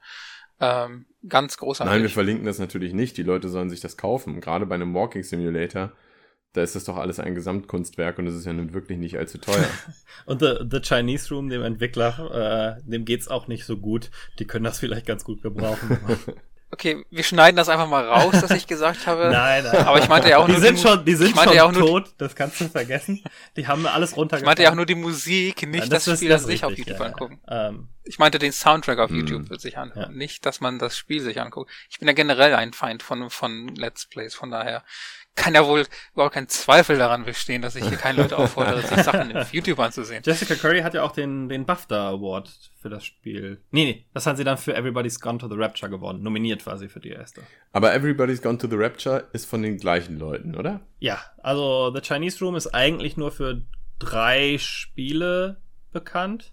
ganz großartig. Nein, wir verlinken das natürlich nicht. Die Leute sollen sich das kaufen. Gerade bei einem Walking Simulator, da ist das doch alles ein Gesamtkunstwerk und es ist ja nun wirklich nicht allzu teuer. Und The Chinese Room, dem Entwickler, dem geht's auch nicht so gut. Die können das vielleicht ganz gut gebrauchen. Okay, wir schneiden das einfach mal raus, dass ich gesagt habe. Nein. Aber ich meinte ja auch die nur sind schon tot. Das kannst du vergessen. Die haben alles runtergefahren. Ich meinte ja auch nur die Musik, nicht das Spiel an sich auf YouTube angucken. Ich meinte den Soundtrack auf YouTube wird sich anhören, nicht, dass man das Spiel sich anguckt. Ich bin ja generell ein Feind von Let's Plays, von daher kann ja wohl überhaupt kein Zweifel daran bestehen, dass ich hier keine Leute auffordere, sich Sachen auf YouTube anzusehen. Jessica Curry hat ja auch den BAFTA Award für das Spiel. Nee, das hat sie dann für Everybody's Gone to the Rapture gewonnen. Nominiert quasi für die erste. Aber Everybody's Gone to the Rapture ist von den gleichen Leuten, oder? Ja, also The Chinese Room ist eigentlich nur für 3 Spiele bekannt.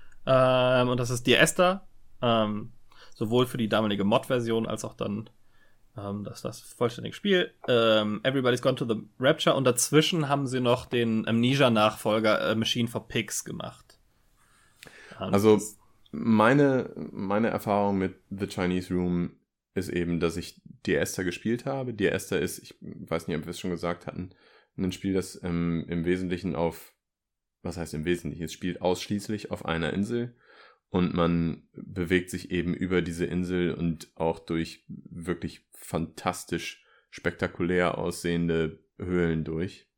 Und das ist Dear Esther. Sowohl für die damalige Mod-Version als auch dann das vollständige Spiel. Everybody's Gone to the Rapture. Und dazwischen haben sie noch den Amnesia-Nachfolger Machine for Pigs gemacht. Also meine Erfahrung mit The Chinese Room ist eben, dass ich Dear Esther gespielt habe. Dear Esther ist, ich weiß nicht, ob wir es schon gesagt hatten, ein Spiel, das im Wesentlichen was heißt im Wesentlichen? Es spielt ausschließlich auf einer Insel. Und man bewegt sich eben über diese Insel und auch durch wirklich fantastisch spektakulär aussehende Höhlen durch.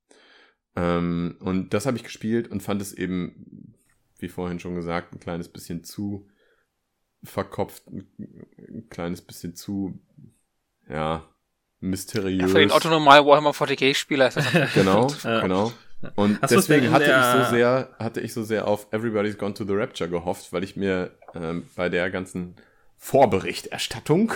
Und das habe ich gespielt und fand es eben, wie vorhin schon gesagt, ein kleines bisschen zu verkopft, ein kleines bisschen zu, mysteriös. Ja, für den Otto-Normal Warhammer 40k-Spieler ist das Genau. Und deswegen hatte ich so sehr auf Everybody's Gone to the Rapture gehofft, weil ich mir bei der ganzen Vorberichterstattung,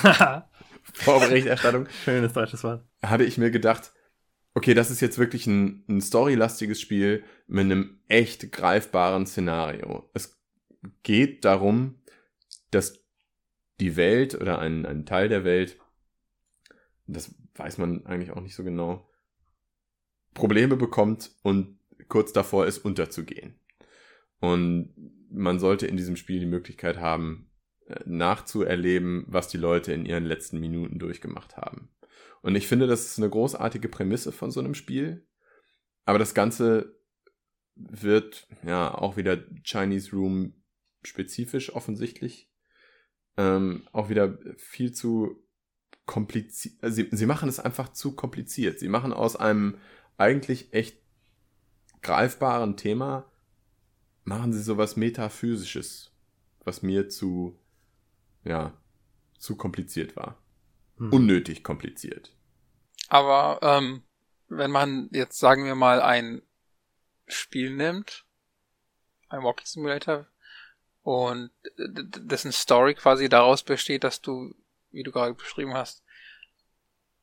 schönes deutsches Wort, hatte ich mir gedacht, okay, das ist jetzt wirklich ein storylastiges Spiel mit einem echt greifbaren Szenario. Es geht darum, dass die Welt oder ein Teil der Welt, das weiß man eigentlich auch nicht so genau, Probleme bekommt und kurz davor ist, unterzugehen. Und man sollte in diesem Spiel die Möglichkeit haben, nachzuerleben, was die Leute in ihren letzten Minuten durchgemacht haben. Und ich finde, das ist eine großartige Prämisse von so einem Spiel. Aber das Ganze wird auch wieder Chinese Room spezifisch offensichtlich. Auch wieder viel zu kompliziert. Sie machen es einfach zu kompliziert. Sie machen aus einem eigentlich echt greifbaren Thema, machen sie sowas Metaphysisches, was mir zu kompliziert war. Unnötig kompliziert. Aber wenn man jetzt, sagen wir mal, ein Spiel nimmt, ein Walking Simulator, und dessen Story quasi daraus besteht, dass du, wie du gerade beschrieben hast,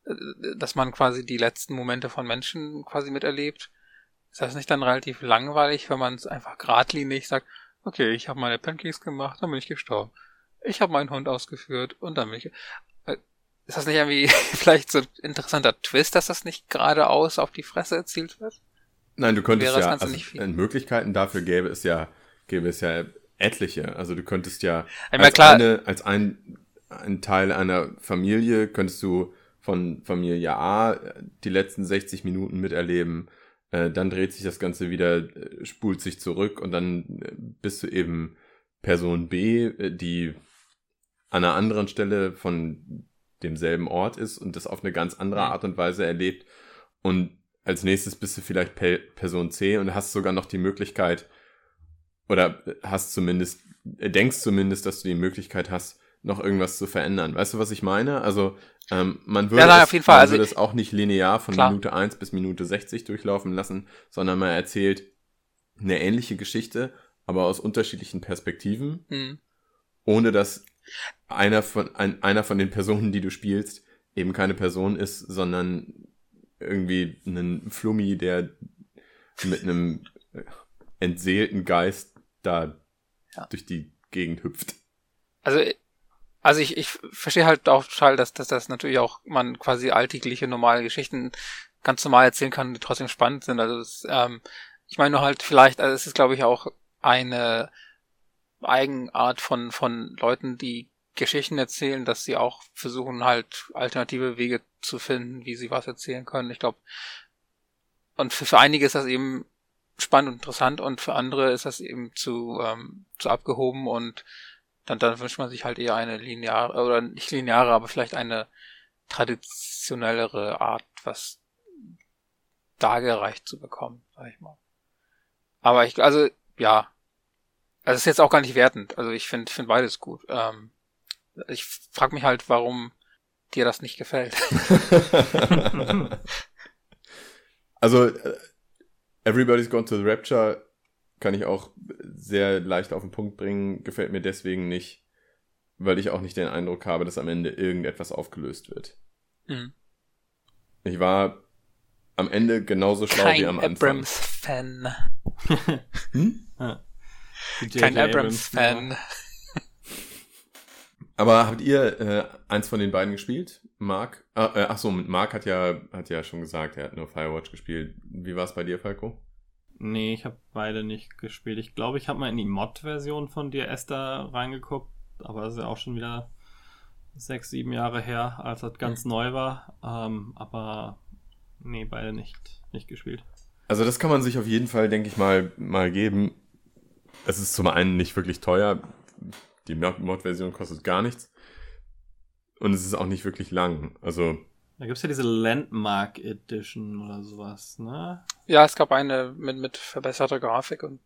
dass man quasi die letzten Momente von Menschen quasi miterlebt. Ist das nicht dann relativ langweilig, wenn man es einfach geradlinig sagt, okay, ich habe meine Pancakes gemacht, dann bin ich gestorben. Ich habe meinen Hund ausgeführt und dann bin ich... Ist das nicht irgendwie vielleicht so ein interessanter Twist, dass das nicht geradeaus auf die Fresse erzielt wird? Nein, du könntest Wäre das ja, Ganze also nicht viel? Möglichkeiten dafür gäbe es ja etliche. Also du könntest ja Einmal klar, als ein Teil einer Familie könntest du von Familie A die letzten 60 Minuten miterleben, dann dreht sich das Ganze wieder, spult sich zurück und dann bist du eben Person B, die an einer anderen Stelle von demselben Ort ist und das auf eine ganz andere Art und Weise erlebt, und als nächstes bist du vielleicht Person C und hast sogar noch die Möglichkeit, oder denkst zumindest, dass du die Möglichkeit hast, noch irgendwas zu verändern. Weißt du, was ich meine? Also man würde auf jeden Fall. Also, es auch nicht linear von klar. Minute 1 bis Minute 60 durchlaufen lassen, sondern man erzählt eine ähnliche Geschichte, aber aus unterschiedlichen Perspektiven, ohne dass einer von den Personen, die du spielst, eben keine Person ist, sondern irgendwie ein Flummi, der mit einem entseelten Geist da durch die Gegend hüpft. Also ich verstehe halt auch total, dass das natürlich auch man quasi alltägliche, normale Geschichten ganz normal erzählen kann, die trotzdem spannend sind. Also ich meine nur halt vielleicht, also es ist glaube ich auch eine Eigenart von Leuten, die Geschichten erzählen, dass sie auch versuchen halt alternative Wege zu finden, wie sie was erzählen können. Ich glaube, und für einige ist das eben spannend und interessant und für andere ist das eben zu abgehoben und dann wünscht man sich halt eher eine lineare, oder nicht lineare, aber vielleicht eine traditionellere Art, was dargereicht zu bekommen, sag ich mal. Aber also es ist jetzt auch gar nicht wertend. Also ich finde beides gut. Ich frage mich halt, warum dir das nicht gefällt. Also Everybody's Gone to the Rapture kann ich auch sehr leicht auf den Punkt bringen, gefällt mir deswegen nicht, weil ich auch nicht den Eindruck habe, dass am Ende irgendetwas aufgelöst wird. Ich war am Ende genauso schlau wie am Anfang. Abrams-Fan. DJ Kein Abrams-Fan. Aber habt ihr eins von den beiden gespielt? Mark? Mark hat ja schon gesagt, er hat nur Firewatch gespielt. Wie war es bei dir, Falco? Nee, ich habe beide nicht gespielt. Ich glaube, ich habe mal in die Mod-Version von Dear Esther reingeguckt, aber das ist ja auch schon wieder 6-7 Jahre her, als das ganz neu war. Aber nee, beide nicht gespielt. Also das kann man sich auf jeden Fall, denke ich mal geben. Es ist zum einen nicht wirklich teuer. Die Mod-Version kostet gar nichts. Und es ist auch nicht wirklich lang. Also Da gibt's ja diese Landmark Edition oder sowas, ne? Ja, es gab eine mit verbesserter Grafik und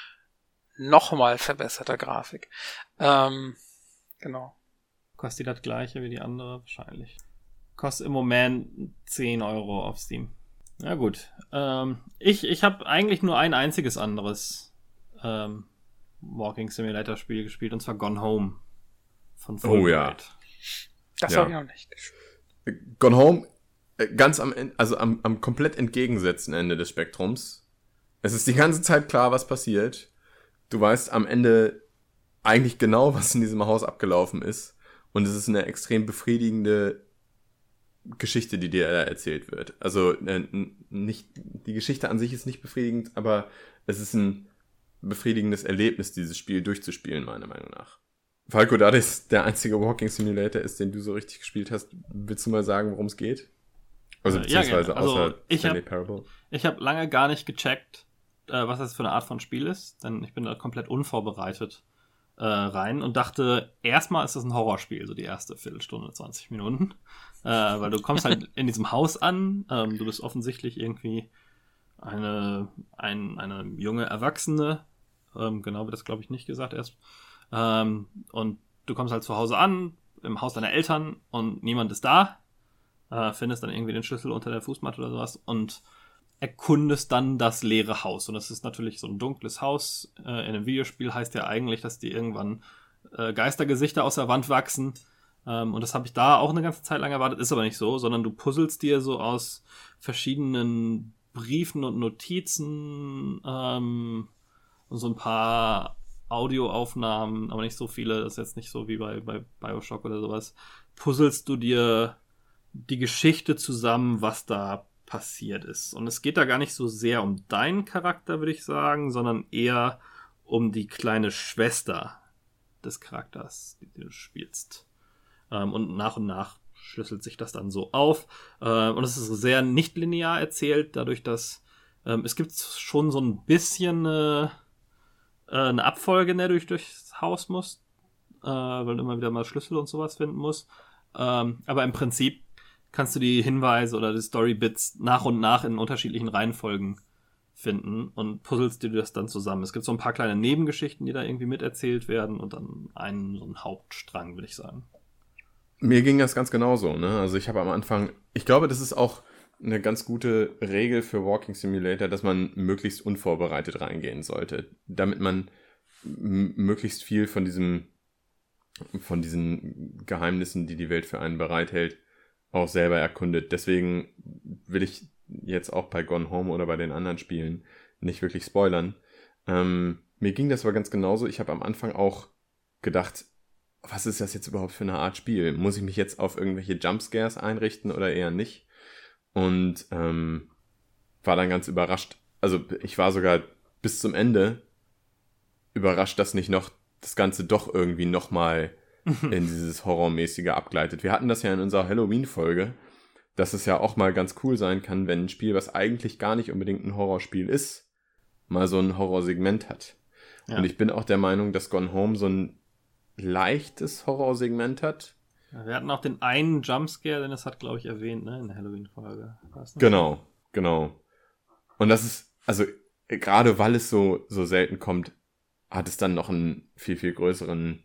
nochmal verbesserter Grafik. Genau. Kostet die das gleiche wie die andere? Wahrscheinlich. Kostet im Moment 10 Euro auf Steam. Na gut. Ich habe eigentlich nur ein einziges anderes Walking Simulator Spiel gespielt, und zwar Gone Home von Fulbright. Das habe ich noch nicht gespielt. Gone Home, ganz am Ende, also am komplett entgegengesetzten Ende des Spektrums. Es ist die ganze Zeit klar, was passiert. Du weißt am Ende eigentlich genau, was in diesem Haus abgelaufen ist. Und es ist eine extrem befriedigende Geschichte, die dir da erzählt wird. Also nicht, die Geschichte an sich ist nicht befriedigend, aber es ist ein befriedigendes Erlebnis, dieses Spiel durchzuspielen, meiner Meinung nach. Falco, da das der einzige Walking Simulator ist, den du so richtig gespielt hast, willst du mal sagen, worum es geht? Also beziehungsweise gerne. Also, außer Stanley Parable. Ich habe lange gar nicht gecheckt, was das für eine Art von Spiel ist, denn ich bin da komplett unvorbereitet rein und dachte, erstmal ist das ein Horrorspiel, so die erste Viertelstunde, 20 Minuten. Weil du kommst halt in diesem Haus an, du bist offensichtlich irgendwie eine junge Erwachsene, genau wird das glaube ich nicht gesagt erst, und du kommst halt zu Hause an, im Haus deiner Eltern, und niemand ist da, findest dann irgendwie den Schlüssel unter der Fußmatte oder sowas und erkundest dann das leere Haus. Und das ist natürlich so ein dunkles Haus. In einem Videospiel heißt ja eigentlich, dass die irgendwann Geistergesichter aus der Wand wachsen. Und das habe ich da auch eine ganze Zeit lang erwartet, ist aber nicht so, sondern du puzzelst dir so aus verschiedenen Briefen und Notizen und so ein paar Audioaufnahmen, aber nicht so viele, das ist jetzt nicht so wie bei BioShock oder sowas, puzzelst du dir die Geschichte zusammen, was da passiert ist. Und es geht da gar nicht so sehr um deinen Charakter, würde ich sagen, sondern eher um die kleine Schwester des Charakters, die du spielst. Und nach schlüsselt sich das dann so auf. Und es ist sehr nicht linear erzählt, dadurch, dass es gibt schon so ein bisschen eine Abfolge, in der du durchs Haus musst, weil du immer wieder mal Schlüssel und sowas finden musst. Aber im Prinzip kannst du die Hinweise oder die Story-Bits nach und nach in unterschiedlichen Reihenfolgen finden und puzzelst dir das dann zusammen. Es gibt so ein paar kleine Nebengeschichten, die da irgendwie miterzählt werden und dann so einen Hauptstrang, würde ich sagen. Mir ging das ganz genauso, ne? Also ich habe am Anfang, ich glaube, das ist auch eine ganz gute Regel für Walking Simulator, dass man möglichst unvorbereitet reingehen sollte, damit man möglichst viel von diesen Geheimnissen, die die Welt für einen bereithält, auch selber erkundet. Deswegen will ich jetzt auch bei Gone Home oder bei den anderen Spielen nicht wirklich spoilern. Mir ging das aber ganz genauso. Ich habe am Anfang auch gedacht, was ist das jetzt überhaupt für eine Art Spiel? Muss ich mich jetzt auf irgendwelche Jumpscares einrichten oder eher nicht? Und war dann ganz überrascht. Also ich war sogar bis zum Ende überrascht, dass nicht noch das Ganze doch irgendwie nochmal in dieses Horrormäßige abgleitet. Wir hatten das ja in unserer Halloween-Folge, dass es ja auch mal ganz cool sein kann, wenn ein Spiel, was eigentlich gar nicht unbedingt ein Horrorspiel ist, mal so ein Horrorsegment hat. Ja. Und ich bin auch der Meinung, dass Gone Home so ein leichtes Horrorsegment hat. Ja, wir hatten auch den einen Jumpscare, den das hat, glaube ich, erwähnt, ne, in der Halloween-Folge. Genau. Und das ist, also gerade weil es so selten kommt, hat es dann noch einen viel, viel größeren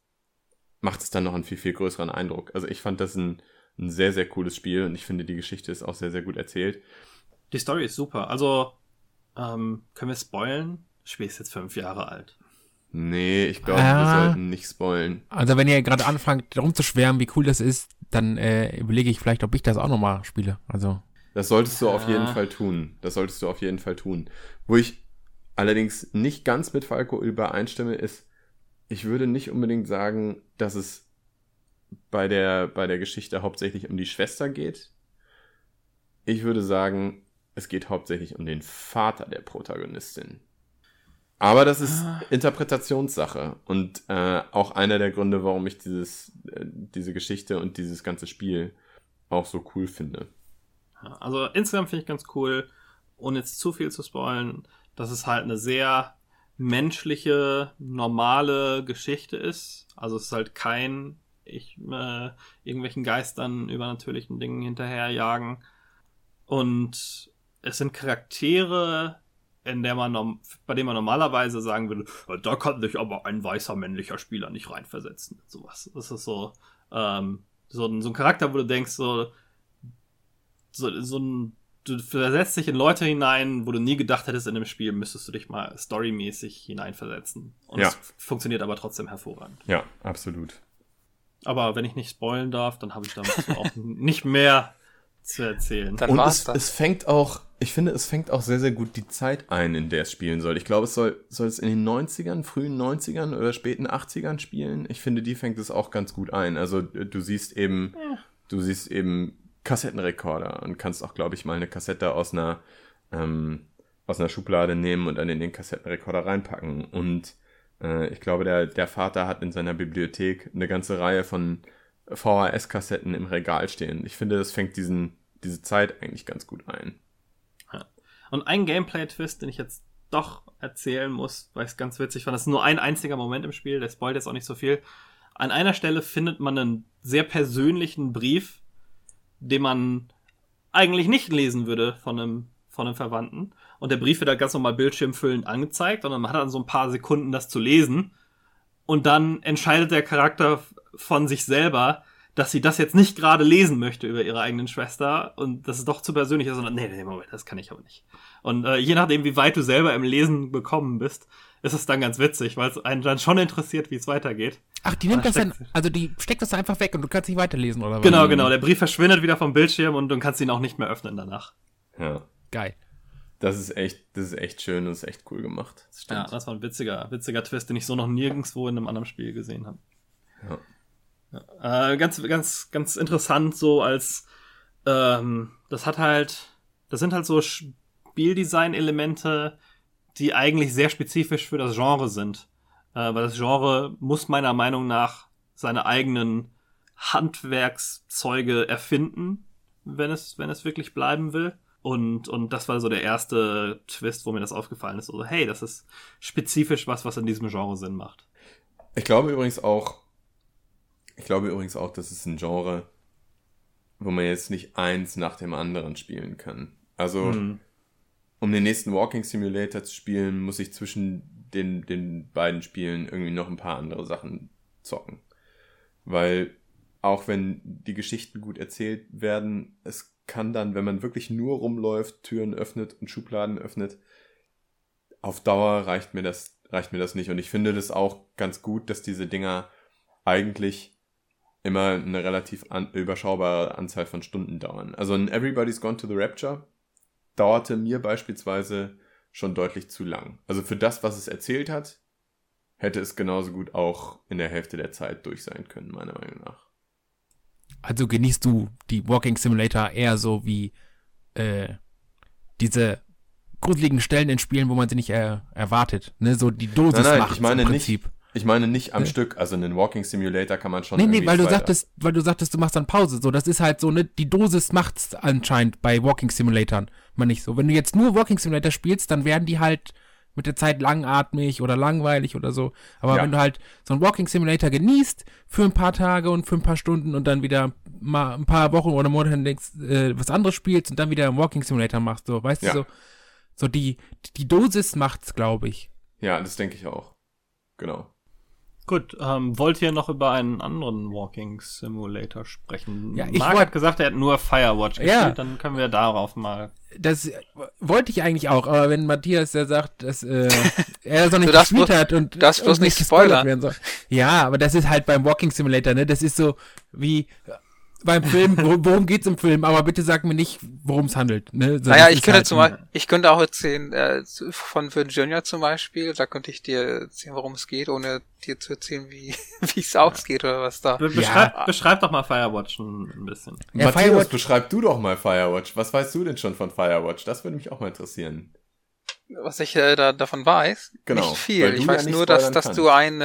Eindruck. Also ich fand das ein sehr, sehr cooles Spiel und ich finde, die Geschichte ist auch sehr, sehr gut erzählt. Die Story ist super. Also, können wir spoilen? Das Spiel ist jetzt 5 Jahre alt. Nee, ich glaube, wir sollten nicht spoilen. Also wenn ihr gerade anfangt, rumzuschwärmen, wie cool das ist, dann überlege ich vielleicht, ob ich das auch nochmal spiele. Also das solltest du auf jeden Fall tun. Wo ich allerdings nicht ganz mit Falco übereinstimme, ist, ich würde nicht unbedingt sagen, dass es bei der Geschichte hauptsächlich um die Schwester geht. Ich würde sagen, es geht hauptsächlich um den Vater der Protagonistin. Aber das ist Interpretationssache und auch einer der Gründe, warum ich diese Geschichte und dieses ganze Spiel auch so cool finde. Also insgesamt finde ich ganz cool, ohne jetzt zu viel zu spoilen, dass es halt eine sehr menschliche, normale Geschichte ist. Also es ist halt kein irgendwelchen Geistern, übernatürlichen Dingen hinterherjagen. Und es sind Charaktere, bei denen man normalerweise sagen würde, da kann sich aber ein weißer männlicher Spieler nicht reinversetzen. Sowas. Das ist so ein Charakter, wo du denkst, du versetzt dich in Leute hinein, wo du nie gedacht hättest, in dem Spiel müsstest du dich mal storymäßig hineinversetzen. Und es funktioniert aber trotzdem hervorragend. Ja, absolut. Aber wenn ich nicht spoilen darf, dann habe ich damit auch nicht mehr zu erzählen. Dann war's das. Ich finde, es fängt auch sehr, sehr gut die Zeit ein, in der es spielen soll. Ich glaube, es soll es in den 90ern, frühen 90ern oder späten 80ern spielen. Ich finde, die fängt es auch ganz gut ein. Also du siehst eben Kassettenrekorder und kannst auch, glaube ich, mal eine Kassette aus einer Schublade nehmen und dann in den Kassettenrekorder reinpacken. Und ich glaube, der Vater hat in seiner Bibliothek eine ganze Reihe von VHS-Kassetten im Regal stehen. Ich finde, das fängt diese Zeit eigentlich ganz gut ein. Ja. Und ein Gameplay-Twist, den ich jetzt doch erzählen muss, weil ich es ganz witzig fand, das ist nur ein einziger Moment im Spiel, der spoilt jetzt auch nicht so viel. An einer Stelle findet man einen sehr persönlichen Brief, den man eigentlich nicht lesen würde von einem Verwandten. Und der Brief wird halt ganz normal bildschirmfüllend angezeigt und man hat dann so ein paar Sekunden, das zu lesen. Und dann entscheidet der Charakter von sich selber, dass sie das jetzt nicht gerade lesen möchte über ihre eigenen Schwester und das ist doch zu persönlich ist. Und nee, Moment, das kann ich aber nicht. Und je nachdem, wie weit du selber im Lesen bekommen bist, ist es dann ganz witzig, weil es einen dann schon interessiert, wie es weitergeht. Ach, die nimmt das dann, also die steckt das einfach weg und du kannst nicht weiterlesen, oder was? Genau, der Brief verschwindet wieder vom Bildschirm und du kannst ihn auch nicht mehr öffnen danach. Ja. Geil. Das ist echt schön und ist echt cool gemacht. Das stimmt. Ja, das war ein witziger Twist, den ich so noch nirgendwo in einem anderen Spiel gesehen habe. Ja. Ganz interessant so als das sind halt so Spieldesign-Elemente, die eigentlich sehr spezifisch für das Genre sind. Weil das Genre muss meiner Meinung nach seine eigenen Handwerkszeuge erfinden, wenn es wirklich bleiben will. Und das war so der erste Twist, wo mir das aufgefallen ist. So, hey, das ist spezifisch was in diesem Genre Sinn macht. Ich glaube übrigens auch, das ist ein Genre, wo man jetzt nicht eins nach dem anderen spielen kann. Also, um den nächsten Walking Simulator zu spielen, muss ich zwischen den beiden Spielen irgendwie noch ein paar andere Sachen zocken. Weil auch wenn die Geschichten gut erzählt werden, es kann dann, wenn man wirklich nur rumläuft, Türen öffnet und Schubladen öffnet, auf Dauer reicht mir das nicht. Und ich finde das auch ganz gut, dass diese Dinger eigentlich immer eine relativ überschaubare Anzahl von Stunden dauern. Also ein Everybody's Gone to the Rapture dauerte mir beispielsweise schon deutlich zu lang. Also für das, was es erzählt hat, hätte es genauso gut auch in der Hälfte der Zeit durch sein können, meiner Meinung nach. Also genießt du die Walking Simulator eher so wie diese gruseligen Stellen in Spielen, wo man sie nicht erwartet. Ne? So die Dosis Nein, macht's im Prinzip. Ich meine nicht am Stück. Also einen Walking Simulator kann man schon Nee, weil du sagtest, du machst dann Pause. So, das ist halt so, ne, die Dosis macht's anscheinend bei Walking Simulatoren. Man nicht so. Wenn du jetzt nur Walking Simulator spielst, dann werden die halt mit der Zeit langatmig oder langweilig oder so. Aber wenn du halt so einen Walking Simulator genießt für ein paar Tage und für ein paar Stunden und dann wieder mal ein paar Wochen oder Monate denkst, was anderes spielst und dann wieder einen Walking Simulator machst, so, weißt du, so die Dosis macht's, glaube ich. Ja, das denke ich auch. Genau. Gut, wollt ihr noch über einen anderen Walking Simulator sprechen? Ja, Marc hat gesagt, er hat nur Firewatch gespielt, dann können wir darauf mal... Das wollte ich eigentlich auch, aber wenn Matthias ja sagt, dass er das noch nicht gespielt hat und das bloß nicht gespoilert werden soll. Ja, aber das ist halt beim Walking Simulator, ne? Das ist so wie beim Film, worum geht's im Film, aber bitte sag mir nicht, worum es handelt. Ne? So, naja, ich könnte auch erzählen, von Virginia zum Beispiel, da könnte ich dir erzählen, worum es geht, ohne dir zu erzählen, wie es ausgeht oder was da. Beschreib doch mal Firewatch ein bisschen. Ja, Matthias, beschreib du doch mal Firewatch. Was weißt du denn schon von Firewatch? Das würde mich auch mal interessieren. Was ich davon weiß? Genau. Nicht viel. Ich weiß nur, dass du ein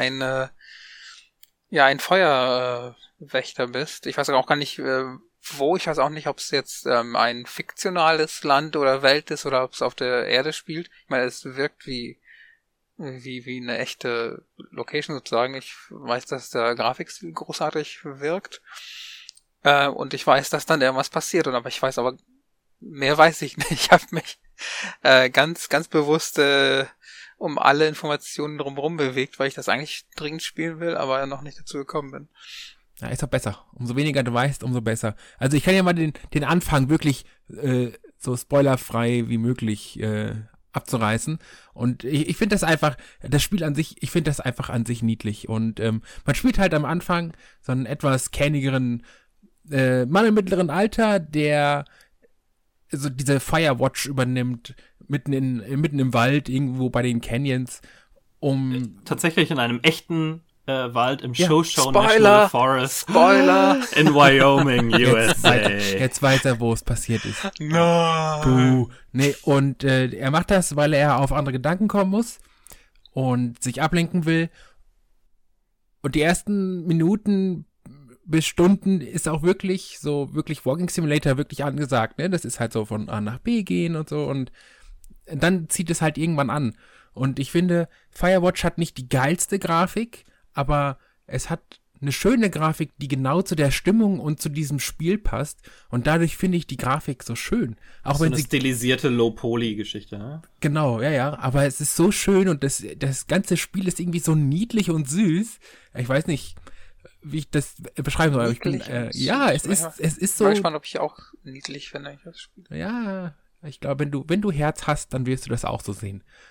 Feuerwächter bist. Ich weiß auch gar nicht, wo. Ich weiß auch nicht, ob es jetzt ein fiktionales Land oder Welt ist oder ob es auf der Erde spielt. Ich meine, es wirkt wie eine echte Location sozusagen. Ich weiß, dass der Grafikstil großartig wirkt. Und ich weiß, dass dann irgendwas passiert. Aber mehr weiß ich nicht. Ich habe mich ganz, ganz bewusst um alle Informationen drumherum bewegt, weil ich das eigentlich dringend spielen will, aber noch nicht dazu gekommen bin. Ja, ist doch besser. Umso weniger du weißt, umso besser. Also ich kann ja mal den Anfang wirklich so spoilerfrei wie möglich abzureißen. Und ich finde das einfach, das Spiel an sich, ich finde das einfach an sich niedlich. Und man spielt halt am Anfang so einen etwas kernigeren Mann im mittleren Alter, der so diese Firewatch übernimmt, mitten im Wald, irgendwo bei den Canyons, tatsächlich in einem echten Wald im Shoshone Spoiler, National Forest. Spoiler! In Wyoming, USA. Jetzt weiß er, wo es passiert ist. No. Buh. Nee, und er macht das, weil er auf andere Gedanken kommen muss und sich ablenken will. Und die ersten Minuten bis Stunden ist auch wirklich Walking Simulator wirklich angesagt, ne? Das ist halt so von A nach B gehen und so und dann zieht es halt irgendwann an. Und ich finde, Firewatch hat nicht die geilste Grafik, aber es hat eine schöne Grafik, die genau zu der Stimmung und zu diesem Spiel passt. Und dadurch finde ich die Grafik so schön. Auch so wenn eine stilisierte Low-Poly-Geschichte, ne? Genau, ja. Aber es ist so schön und das ganze Spiel ist irgendwie so niedlich und süß. Ich weiß nicht, wie ich das beschreiben soll. Ich bin, es ist so. Ich bin gespannt, ob ich auch niedlich finde, wenn ich das spiele. Ja, ich glaube, wenn du Herz hast, dann wirst du das auch so sehen.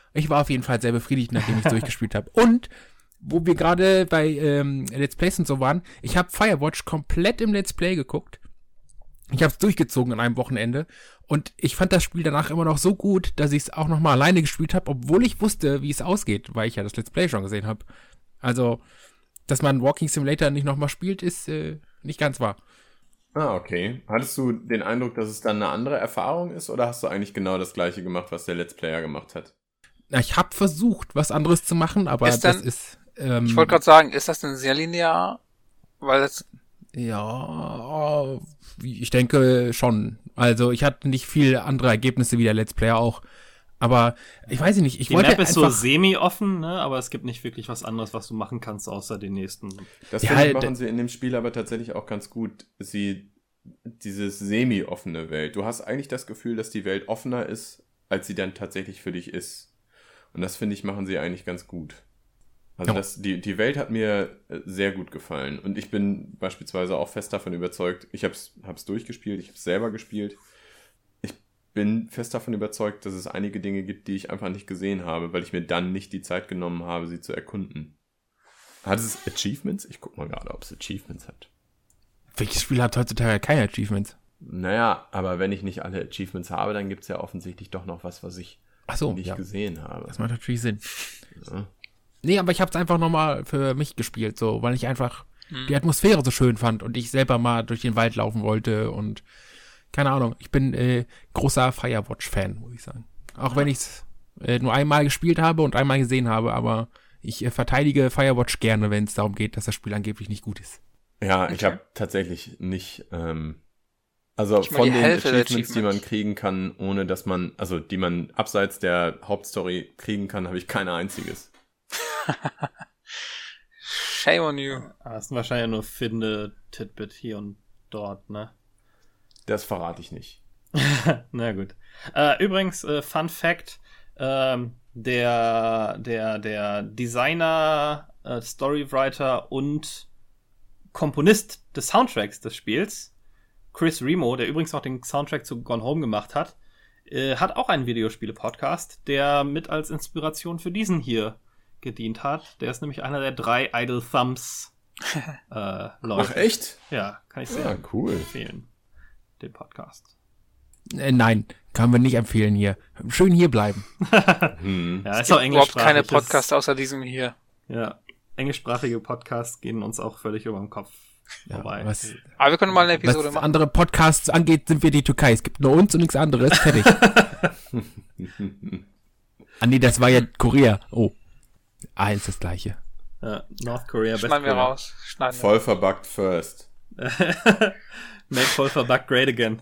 ich war auf jeden Fall sehr befriedigt, nachdem ich es durchgespielt habe. Und wo wir gerade bei Let's Plays und so waren, ich habe Firewatch komplett im Let's Play geguckt. Ich habe es durchgezogen an einem Wochenende und ich fand das Spiel danach immer noch so gut, dass ich es auch nochmal alleine gespielt habe, obwohl ich wusste, wie es ausgeht, weil ich ja das Let's Play schon gesehen habe. Also, dass man Walking Simulator nicht nochmal spielt, ist nicht ganz wahr. Ah, okay. Hattest du den Eindruck, dass es dann eine andere Erfahrung ist oder hast du eigentlich genau das gleiche gemacht, was der Let's Player gemacht hat? Na, ich habe versucht, was anderes zu machen, aber Ist das denn- ist... Ich wollte gerade sagen, ist das denn sehr linear? Weil das, Ja, ich denke schon. Also ich hatte nicht viele andere Ergebnisse wie der Let's Player auch. Aber ich weiß nicht, ich Die wollte Map ist so einfach... semi-offen, ne? Aber es gibt nicht wirklich was anderes, was du machen kannst, außer den nächsten. Das Ja, finde ich, halt- machen sie in dem Spiel aber tatsächlich auch ganz gut. Dieses semi-offene Welt. Du hast eigentlich das Gefühl, dass die Welt offener ist, als sie dann tatsächlich für dich ist. Und das finde ich, machen sie eigentlich ganz gut. Also Ja. die Welt hat mir sehr gut gefallen. Und ich bin beispielsweise auch fest davon überzeugt, ich hab's durchgespielt, ich hab's selber gespielt. Ich bin fest davon überzeugt, dass es einige Dinge gibt, die ich einfach nicht gesehen habe, weil ich mir dann nicht die Zeit genommen habe, sie zu erkunden. Hat es Achievements? Ich guck mal gerade, ob es Achievements hat. Welches Spiel hat heutzutage keine Achievements? Naja, aber wenn ich nicht alle Achievements habe, dann gibt es ja offensichtlich doch noch was ich Ach so, nicht ja, gesehen habe. das macht natürlich Sinn. Ja. Nee, aber ich habe es einfach nochmal für mich gespielt, so, weil ich einfach die Atmosphäre so schön fand und ich selber mal durch den Wald laufen wollte und keine Ahnung, ich bin großer Firewatch-Fan, muss ich sagen. Auch wenn ich es nur einmal gespielt habe und einmal gesehen habe, aber ich verteidige Firewatch gerne, wenn es darum geht, dass das Spiel angeblich nicht gut ist. Ja, Okay. ich habe tatsächlich nicht, also Nicht mal von die den Hälfte der Achievements, die man Achievements. kriegen kann, ohne dass man, also die man abseits der Hauptstory kriegen kann, habe ich kein einziges. shame on you. Das sind wahrscheinlich nur Finde, Titbit hier und dort, ne? Das verrate ich nicht. Na gut. Übrigens, Fun Fact, der Designer, Storywriter und Komponist des Soundtracks des Spiels, Chris Remo, der übrigens auch den Soundtrack zu Gone Home gemacht hat, hat auch einen Videospiele-Podcast, der mit als Inspiration für diesen hier gedient hat. Der ist nämlich einer der 3 Idle Thumbs Leute. Ach, echt? Ja, kann ich sehr Ja, cool. empfehlen, den Podcast. Nein, können wir nicht empfehlen hier. Schön hier bleiben. Hm. Ja, ist Es auch gibt überhaupt keine englischsprachig. Podcasts außer diesem hier. Ja, englischsprachige Podcasts gehen uns auch völlig über den Kopf vorbei. Was Aber wir können mal eine Episode machen. andere Podcasts angeht, sind wir die Türkei. Es gibt nur uns und nichts anderes. Fertig. Ah nee, das war ja Korea. Oh. Ah, ist das gleiche. Ja, North Korea, West Schneiden wir Korea. raus. Schneiden wir. Voll verbuggt first. Make voll verbuggt great again.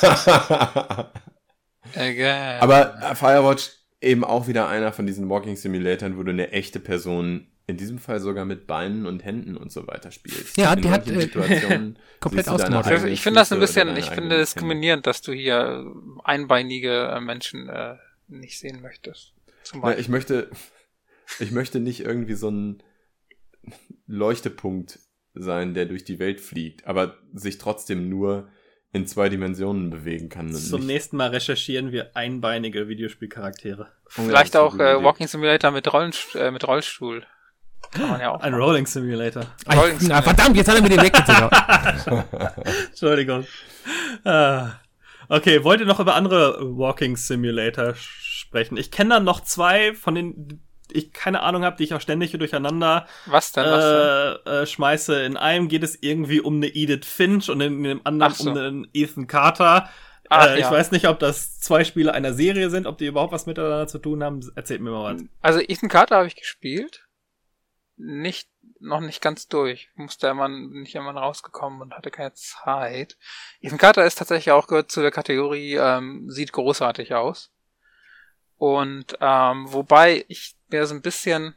Again. Aber Firewatch eben auch wieder einer von diesen Walking Simulatoren, wo du eine echte Person, in diesem Fall sogar mit Beinen und Händen und so weiter spielst. Ja, in die hat, manchen Situationen komplett siehst du deine ausgemodelt. eigenen Ich finde das ein Füße bisschen, oder ich deine finde eigenen diskriminierend, dass du hier einbeinige Menschen nicht sehen möchtest. Zum Hände. Na, Beispiel. ich möchte nicht irgendwie so ein Leuchtepunkt sein, der durch die Welt fliegt, aber sich trotzdem nur in 2 Dimensionen bewegen kann. Und Zum nicht- nächsten Mal recherchieren wir einbeinige Videospielcharaktere. Vielleicht Ja, das auch ist eine gute Idee. Walking Simulator mit Rollstuhl. Kann man ja auch. Ein machen. Rolling Simulator. Verdammt, jetzt hat er mir den weggezogen. Entschuldigung. Okay, wollt ihr noch über andere Walking Simulator sprechen? Ich kenne da noch 2, von denen ich keine Ahnung habe, die ich auch ständig durcheinander Was denn? Was denn? schmeiße. In einem geht es irgendwie um eine Edith Finch und in dem anderen Ach so. um einen Ethan Carter. Ach, Ich ja. weiß nicht, ob das 2 Spiele einer Serie sind, ob die überhaupt was miteinander zu tun haben. Erzählt mir mal was. Also Ethan Carter habe ich gespielt. Noch nicht ganz durch. Nicht immer rausgekommen und hatte keine Zeit. Ethan Carter ist tatsächlich auch, gehört zu der Kategorie, sieht großartig aus. Und wobei ich mir so ein bisschen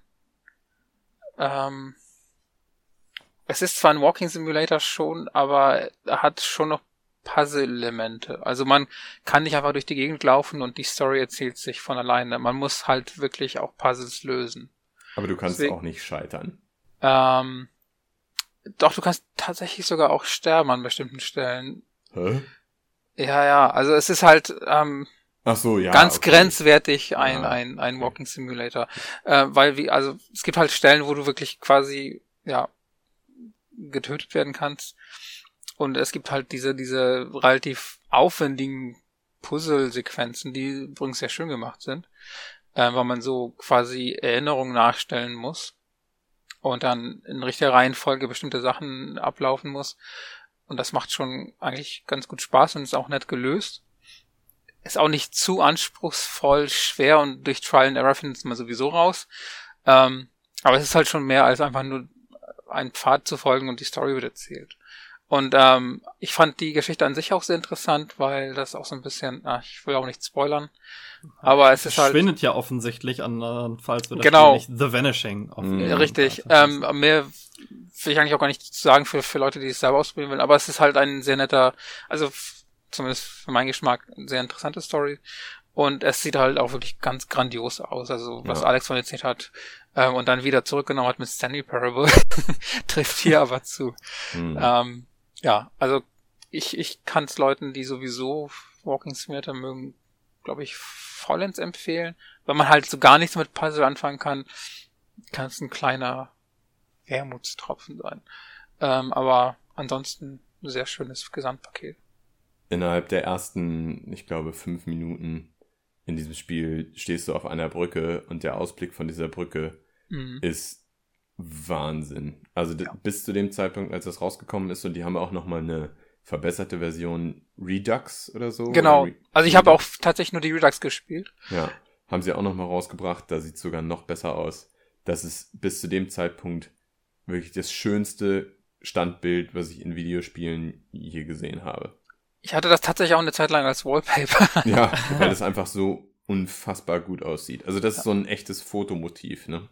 es ist zwar ein Walking Simulator schon, aber er hat schon noch Puzzle-Elemente. Also man kann nicht einfach durch die Gegend laufen und die Story erzählt sich von alleine. Man muss halt wirklich auch Puzzles lösen. Aber du kannst Deswegen- auch nicht scheitern. Doch, du kannst tatsächlich sogar auch sterben an bestimmten Stellen. Hä? Ja, also es ist halt, Ach so, ja. Ganz okay. grenzwertig ein Okay. Walking Simulator. Also es gibt halt Stellen, wo du wirklich quasi, ja, getötet werden kannst. Und es gibt halt diese relativ aufwendigen Puzzle-Sequenzen, die übrigens sehr schön gemacht sind, weil man so quasi Erinnerungen nachstellen muss und dann in richtiger Reihenfolge bestimmte Sachen ablaufen muss. Und das macht schon eigentlich ganz gut Spaß und ist auch nett gelöst. Ist auch nicht zu anspruchsvoll, schwer und durch Trial and Error findet man sowieso raus. Aber es ist halt schon mehr als einfach nur einen Pfad zu folgen und die Story wird erzählt. Und ich fand die Geschichte an sich auch sehr interessant, weil das auch so ein bisschen, ich will auch nicht spoilern, aber es ist halt... Verschwindet ja offensichtlich, andernfalls wird das Genau. Spiel nicht The Vanishing. Richtig. Mehr will ich eigentlich auch gar nicht sagen für Leute, die es selber ausprobieren wollen, aber es ist halt ein sehr netter, also zumindest für meinen Geschmack, eine sehr interessante Story. Und es sieht halt auch wirklich ganz grandios aus, also was Alex von erzählt hat und dann wieder zurückgenommen hat mit Stanley Parable, trifft hier aber zu. Ja, also ich kann es Leuten, die sowieso Walking Simulator mögen, glaube ich, vollends empfehlen. Wenn man halt so gar nichts mit Puzzle anfangen kann es ein kleiner Wermutstropfen sein. Aber ansonsten ein sehr schönes Gesamtpaket. Innerhalb der ersten, ich glaube, 5 Minuten in diesem Spiel stehst du auf einer Brücke und der Ausblick von dieser Brücke ist Wahnsinn. Also bis zu dem Zeitpunkt, als das rausgekommen ist, und die haben auch nochmal eine verbesserte Version Redux oder so. Genau. Oder Also ich habe auch tatsächlich nur die Redux gespielt. Ja, haben sie auch nochmal rausgebracht. Da sieht es sogar noch besser aus. Das ist bis zu dem Zeitpunkt wirklich das schönste Standbild, was ich in Videospielen je gesehen habe. Ich hatte das tatsächlich auch eine Zeit lang als Wallpaper. Ja, weil es einfach so unfassbar gut aussieht. Also das ist so ein echtes Fotomotiv, ne?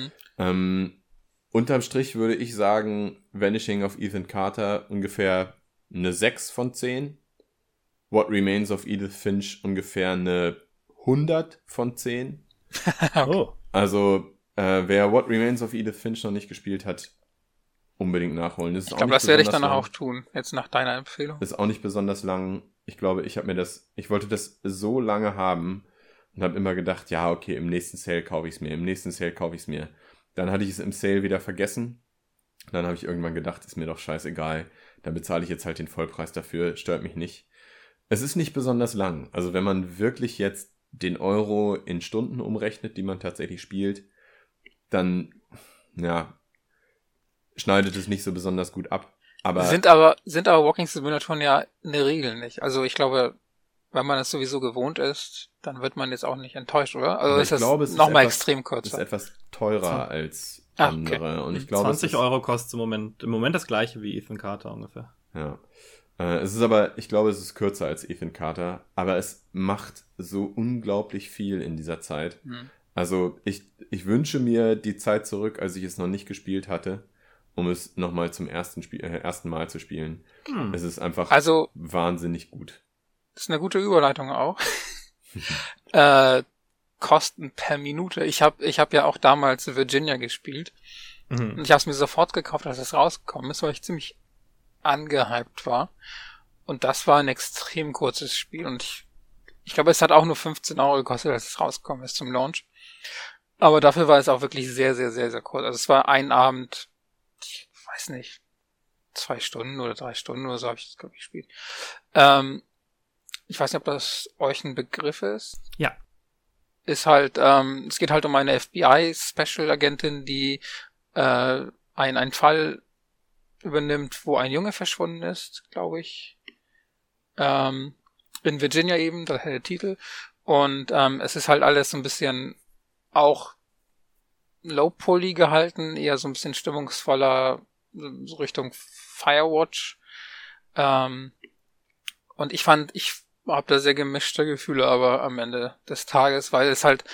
Unterm Strich würde ich sagen, Vanishing of Ethan Carter ungefähr eine 6 von 10. What Remains of Edith Finch ungefähr eine 100 von 10. Oh. Also, wer What Remains of Edith Finch noch nicht gespielt hat, unbedingt nachholen. Ich glaube, das werde ich dann auch tun, jetzt nach deiner Empfehlung. Ist auch nicht besonders lang. Ich glaube, ich wollte das so lange haben und habe immer gedacht, ja, okay, im nächsten Sale kaufe ich es mir. Dann hatte ich es im Sale wieder vergessen. Dann habe ich irgendwann gedacht, ist mir doch scheißegal. Dann bezahle ich jetzt halt den Vollpreis dafür, stört mich nicht. Es ist nicht besonders lang. Also wenn man wirklich jetzt den Euro in Stunden umrechnet, die man tatsächlich spielt, dann, ja, schneidet es nicht so besonders gut ab. Aber Sind aber Walking Simulatoren ja in der Regel nicht. Also ich glaube, wenn man es sowieso gewohnt ist, dann wird man jetzt auch nicht enttäuscht, oder? Also ist das nochmal extrem ist kürzer. etwas teurer als andere. Und ich glaube, 20 Euro kostet im Moment das gleiche wie Ethan Carter ungefähr. Ja. Es ist aber, ich glaube, es ist kürzer als Ethan Carter, aber es macht so unglaublich viel in dieser Zeit. Also ich wünsche mir die Zeit zurück, als ich es noch nicht gespielt hatte, um es nochmal zum ersten Mal zu spielen. Es ist einfach wahnsinnig gut. Das ist eine gute Überleitung auch. Kosten per Minute. Ich hab ja auch damals Virginia gespielt. Und ich habe es mir sofort gekauft, als es rausgekommen ist, weil ich ziemlich angehypt war. Und das war ein extrem kurzes Spiel. Und ich glaube, es hat auch nur 15 Euro gekostet, als es rausgekommen ist zum Launch. Aber dafür war es auch wirklich sehr, sehr, sehr, sehr kurz. Also es war ein Abend, ich weiß nicht, 2 Stunden oder 3 Stunden oder so habe ich das, glaube ich, gespielt. Ich weiß nicht, ob das euch ein Begriff ist. Ja. Ist halt, es geht halt um eine FBI-Special-Agentin, die einen Fall übernimmt, wo ein Junge verschwunden ist, glaube ich. In Virginia eben, das ist der Titel. Und es ist halt alles so ein bisschen auch low-poly gehalten, eher so ein bisschen stimmungsvoller, so Richtung Firewatch. Und ich habe da sehr gemischte Gefühle aber am Ende des Tages, weil es halt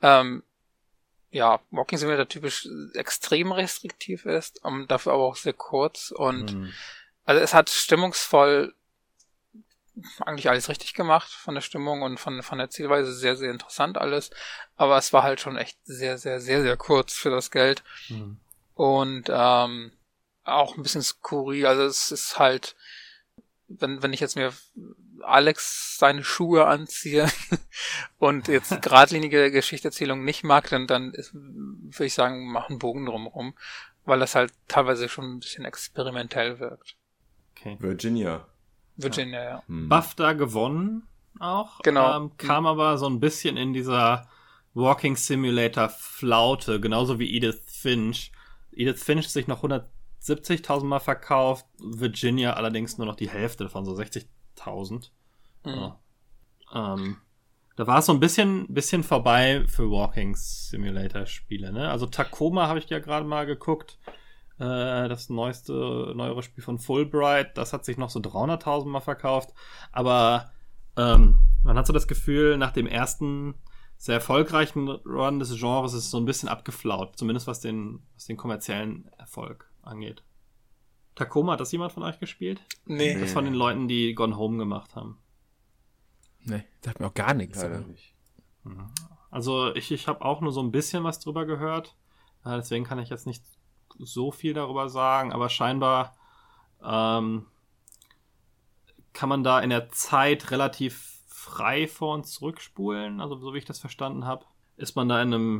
Walking Simulator typisch extrem restriktiv ist, dafür aber auch sehr kurz und also es hat stimmungsvoll eigentlich alles richtig gemacht von der Stimmung und von der Zielweise, sehr, sehr interessant alles, aber es war halt schon echt sehr, sehr, sehr, sehr kurz für das Geld und auch ein bisschen skurril, also es ist halt wenn ich jetzt mir Alex seine Schuhe anziehe und jetzt die geradlinige Geschichterzählung nicht mag, dann würde ich sagen, mach einen Bogen drumherum, weil das halt teilweise schon ein bisschen experimentell wirkt. Okay. Virginia. Ja. BAFTA gewonnen auch. Genau. Kam aber so ein bisschen in dieser Walking Simulator Flaute, genauso wie Edith Finch. Edith Finch sich noch 170.000 Mal verkauft, Virginia allerdings nur noch die Hälfte davon, so 60.000. Ja. Da war es so ein bisschen vorbei für Walking Simulator Spiele, ne? Also Tacoma habe ich ja gerade mal geguckt. Das neuere Spiel von Fulbright, das hat sich noch so 300.000 Mal verkauft. Aber man hat so das Gefühl, nach dem ersten sehr erfolgreichen Run des Genres ist es so ein bisschen abgeflaut. Zumindest was den kommerziellen Erfolg angeht. Tacoma, hat das jemand von euch gespielt? Nee. Das von den Leuten, die Gone Home gemacht haben. Nee, sagt mir auch gar nichts. Leider nicht. Also ich habe auch nur so ein bisschen was drüber gehört. Deswegen kann ich jetzt nicht so viel darüber sagen. Aber scheinbar kann man da in der Zeit relativ frei vor- und zurückspulen. Also so wie ich das verstanden habe, ist man da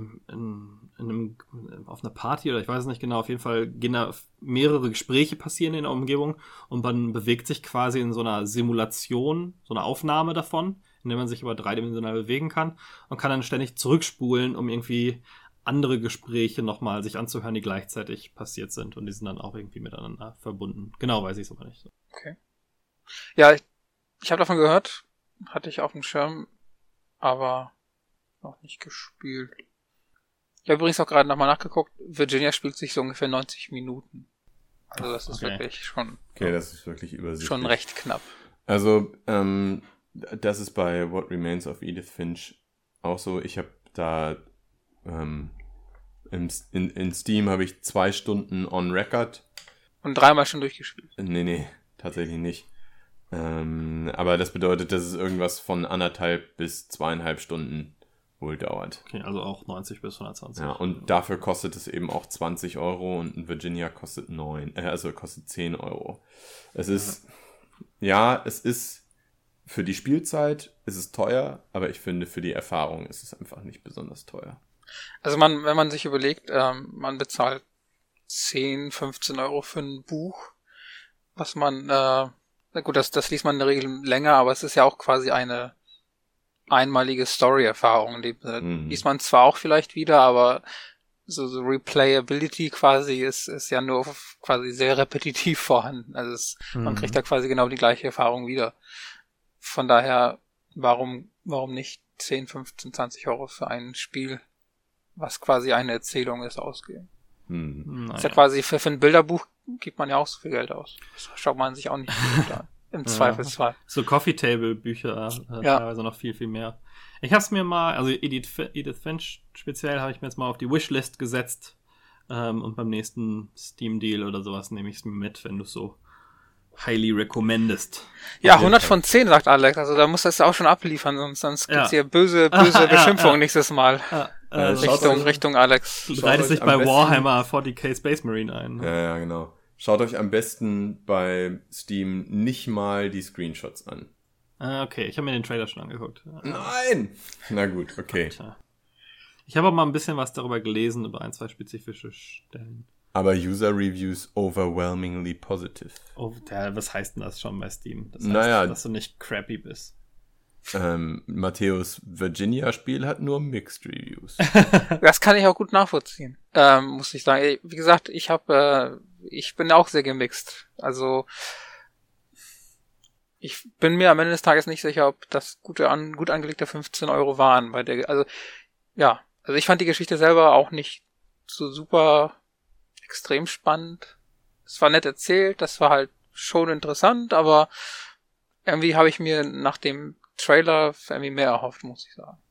auf einer Party oder ich weiß es nicht genau. Auf jeden Fall gehen da mehrere Gespräche passieren in der Umgebung und man bewegt sich quasi in so einer Simulation, so einer Aufnahme davon, in der man sich aber dreidimensional bewegen kann und kann dann ständig zurückspulen, um irgendwie andere Gespräche nochmal sich anzuhören, die gleichzeitig passiert sind und die sind dann auch irgendwie miteinander verbunden. Genau weiß ich es aber nicht. Okay. Ja, ich habe davon gehört, hatte ich auf dem Schirm, aber noch nicht gespielt. Ich habe übrigens auch gerade nochmal nachgeguckt, Virginia spielt sich so ungefähr 90 Minuten. Also das ist wirklich schon, das ist wirklich übersichtlich. schon recht knapp. Also, das ist bei What Remains of Edith Finch auch so. Ich habe da in Steam habe ich 2 Stunden on Record. Und 3-mal schon durchgespielt. Nee, tatsächlich nicht. Aber das bedeutet, dass es irgendwas von 1,5 bis 2,5 Stunden wohl dauert. Okay, also auch 90 bis 120. Ja, und dafür kostet es eben auch 20 Euro und ein Virginia kostet 10 Euro. Es ist, es ist für die Spielzeit ist es teuer, aber ich finde, für die Erfahrung ist es einfach nicht besonders teuer. Also wenn man sich überlegt, man bezahlt 10, 15 Euro für ein Buch, was man, na gut, das liest man in der Regel länger, aber es ist ja auch quasi eine einmalige Story-Erfahrung. Die liest man zwar auch vielleicht wieder, aber so Replayability quasi ist ja nur quasi sehr repetitiv vorhanden. Also man kriegt da quasi genau die gleiche Erfahrung wieder. Von daher, warum nicht 10, 15, 20 Euro für ein Spiel, was quasi eine Erzählung ist, ausgeben? Ist ja quasi für ein Bilderbuch gibt man ja auch so viel Geld aus. Das schaut man sich auch nicht an. Im Zweifelsfall. So Coffee-Table-Bücher, teilweise noch viel, viel mehr. Ich hab's mir mal, also Edith Finch speziell habe ich mir jetzt mal auf die Wishlist gesetzt und beim nächsten Steam-Deal oder sowas nehme ich es mir mit, wenn du es so highly recommendest. Ja, 100 von 10, sagt Alex. Also da muss das auch schon abliefern, sonst gibt's hier böse Beschimpfung nächstes Mal. Richtung Alex. Du reitest dich bei Warhammer 40k Space Marine ein. Ja, genau. Schaut euch am besten bei Steam nicht mal die Screenshots an. Okay, ich habe mir den Trailer schon angeguckt. Nein! Na gut, okay. Tja. Ich habe auch mal ein bisschen was darüber gelesen, über 1, 2 spezifische Stellen. Aber User Reviews overwhelmingly positive. Oh, was heißt denn das schon bei Steam? Das heißt, dass du nicht crappy bist. Matthäus Virginia-Spiel hat nur Mixed Reviews. Das kann ich auch gut nachvollziehen, muss ich sagen. Wie gesagt, ich bin auch sehr gemixt. Also ich bin mir am Ende des Tages nicht sicher, ob das gut angelegte 15 Euro waren. Also ich fand die Geschichte selber auch nicht so super extrem spannend. Es war nett erzählt, das war halt schon interessant, aber irgendwie habe ich mir nach dem Trailer irgendwie mehr erhofft, muss ich sagen.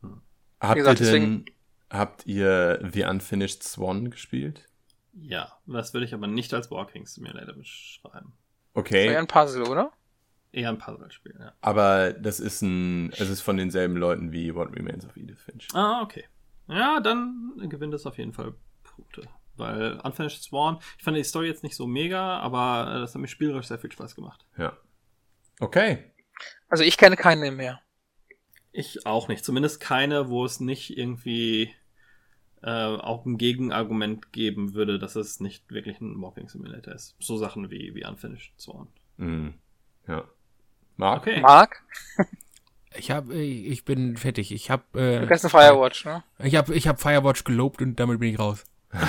Habt ihr The Unfinished Swan gespielt? Ja, das würde ich aber nicht als Walking Simulator beschreiben. Okay. Das war ja ein Puzzle, oder? Eher ein Puzzle-Spiel, ja. Aber es ist von denselben Leuten wie What Remains of Edith Finch. Ah, okay. Ja, dann gewinnt es auf jeden Fall Punkte. Weil Unfinished Swan, ich fand die Story jetzt nicht so mega, aber das hat mir spielerisch sehr viel Spaß gemacht. Ja. Okay. Also ich kenne keine mehr. Ich auch nicht. Zumindest keine, wo es nicht irgendwie auch ein Gegenargument geben würde, dass es nicht wirklich ein Walking Simulator ist. So Sachen wie Unfinished Sworn. Ja. Marc? Okay. Marc? Ich bin fertig. Ich habe Vergessen Firewatch, ne? Ich hab Firewatch gelobt und damit bin ich raus.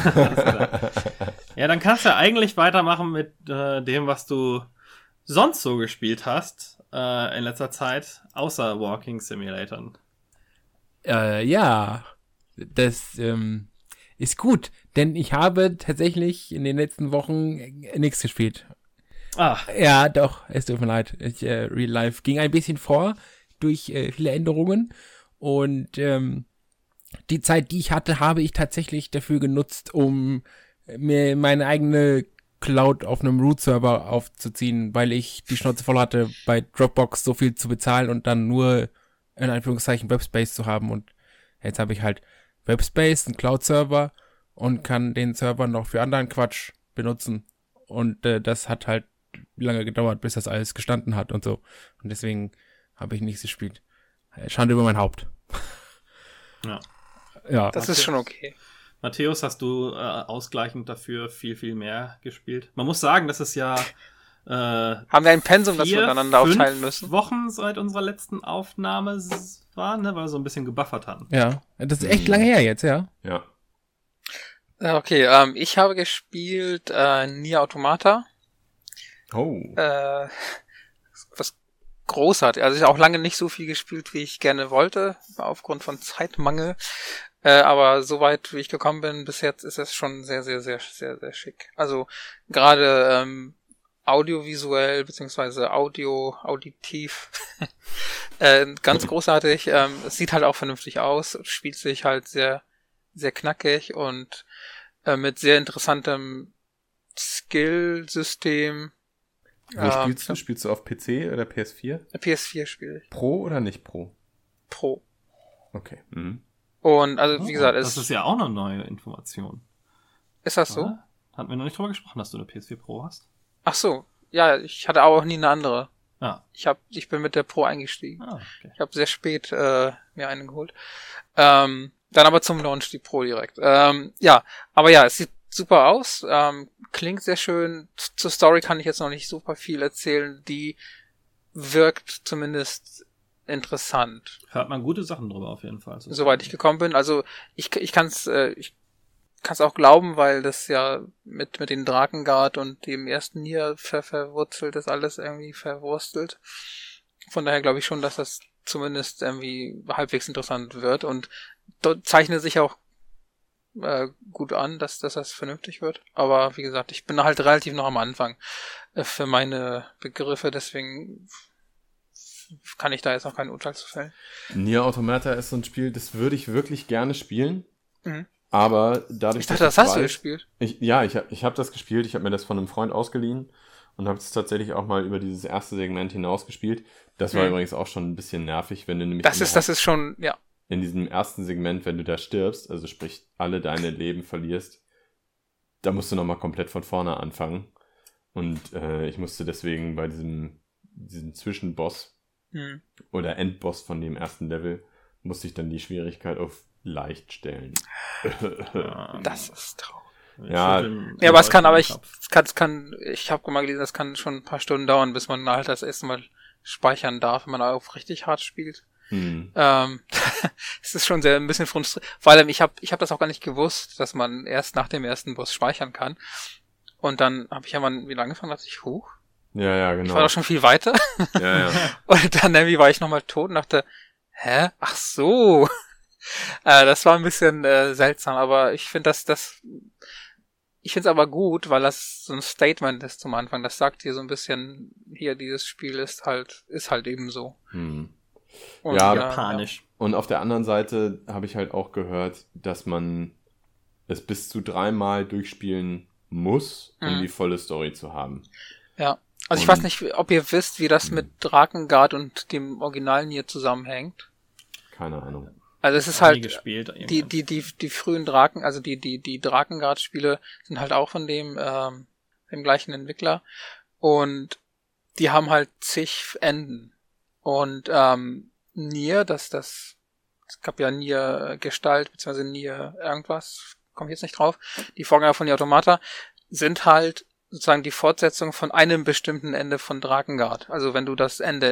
Ja, dann kannst du ja eigentlich weitermachen mit dem, was du sonst so gespielt hast in letzter Zeit, außer Walking Simulatoren. Ja, das ist gut, denn ich habe tatsächlich in den letzten Wochen nichts gespielt. Ah, Ja, doch, es tut mir leid. Real Life ging ein bisschen vor durch viele Änderungen und die Zeit, die ich hatte, habe ich tatsächlich dafür genutzt, um mir meine eigene Cloud auf einem Root-Server aufzuziehen, weil ich die Schnauze voll hatte, bei Dropbox so viel zu bezahlen und dann nur in Anführungszeichen Webspace zu haben. Und jetzt habe ich halt Webspace, einen Cloud-Server und kann den Server noch für anderen Quatsch benutzen. Und das hat halt lange gedauert, bis das alles gestanden hat und so. Und deswegen habe ich nichts gespielt. Schande über mein Haupt. ja. Ja. Das ist schon okay. Matthäus, hast du ausgleichend dafür viel mehr gespielt? Man muss sagen, das ist ja Haben wir ein Pensum, das wir untereinander aufteilen müssen? 5 Wochen seit unserer letzten Aufnahme war, ne, weil wir so ein bisschen gebuffert hatten. Ja, das ist echt lange her jetzt, ja. Ja. Okay, ich habe gespielt Nier Automata. Oh. Was großartig. Also ich habe auch lange nicht so viel gespielt, wie ich gerne wollte, aufgrund von Zeitmangel. Aber soweit, wie ich gekommen bin, bis jetzt ist es schon sehr schick. Also gerade audiovisuell beziehungsweise auditiv ganz großartig. Es sieht halt auch vernünftig aus, spielt sich halt sehr knackig und mit sehr interessantem Skill-System. Wo spielst du? Spielst du auf PC oder PS4? PS4 spiele ich. Pro oder nicht Pro? Pro. Okay. Mhm. Und also wie gesagt, das ist ja auch eine neue Information. Ist das so? Oder? Hatten wir noch nicht drüber gesprochen, dass du eine PS4 Pro hast? Ach so. Ja, ich hatte auch nie eine andere. Ja. Ich bin mit der Pro eingestiegen. Ah, okay. Ich habe sehr spät mir eine geholt. Dann aber zum Launch die Pro direkt. Ja, aber ja, es sieht super aus. Klingt sehr schön. Zur Story kann ich jetzt noch nicht super viel erzählen. Die wirkt zumindest interessant. Hört man gute Sachen drüber auf jeden Fall. Soweit ich gekommen bin. Also ich kann's auch glauben, weil das ja mit den Drakengard und dem ersten Nier verwurzelt ist, alles irgendwie verwurstelt. Von daher glaube ich schon, dass das zumindest irgendwie halbwegs interessant wird und dort zeichnet sich auch gut an, dass das vernünftig wird. Aber wie gesagt, ich bin halt relativ noch am Anfang für meine Begriffe, deswegen kann ich da jetzt noch kein Urteil zu fällen. Nier Automata ist so ein Spiel, das würde ich wirklich gerne spielen. Mhm. Aber dadurch, Ich dachte, das hast du gespielt. Ich habe das gespielt. Ich habe mir das von einem Freund ausgeliehen und habe es tatsächlich auch mal über dieses erste Segment hinaus gespielt. Das war übrigens auch schon ein bisschen nervig, wenn du nämlich das ist schon, ja. In diesem ersten Segment, wenn du da stirbst, also sprich alle deine Leben verlierst, da musst du nochmal komplett von vorne anfangen. Und ich musste deswegen bei diesem Zwischenboss oder Endboss von dem ersten Level, musste ich dann die Schwierigkeit auf leicht stellen. Das ist traurig. Ja, aber es kann, ich habe mal gelesen, das kann schon ein paar Stunden dauern, bis man halt das erste Mal speichern darf, wenn man auch richtig hart spielt. Es ist schon ein bisschen frustrierend. Vor allem, ich hab das auch gar nicht gewusst, dass man erst nach dem ersten Boss speichern kann. Und dann habe ich ja mal wieder angefangen, dachte ich, Ja, genau. Ich war doch schon viel weiter. Ja. Und dann irgendwie war ich nochmal tot und dachte, hä? Ach so. Das war ein bisschen seltsam, aber ich finde ich finde es aber gut, weil das so ein Statement ist zum Anfang. Das sagt dir so ein bisschen, hier, dieses Spiel ist halt eben so. Und ja, japanisch. Und auf der anderen Seite habe ich halt auch gehört, dass man es bis zu 3-mal durchspielen muss, um die volle Story zu haben. Ja, also ich weiß nicht, ob ihr wisst, wie das mit Drakengard und dem Originalen hier zusammenhängt. Keine Ahnung. Also es ist halt, gespielt, die frühen Draken, also die Drakengard-Spiele sind halt auch von dem gleichen Entwickler und die haben halt zig Enden. Und Nier, es gab ja Nier Gestalt, beziehungsweise Nier irgendwas, komme ich jetzt nicht drauf, die Vorgänger von Nier Automata sind halt sozusagen die Fortsetzung von einem bestimmten Ende von Drakengard. Also wenn du das Ende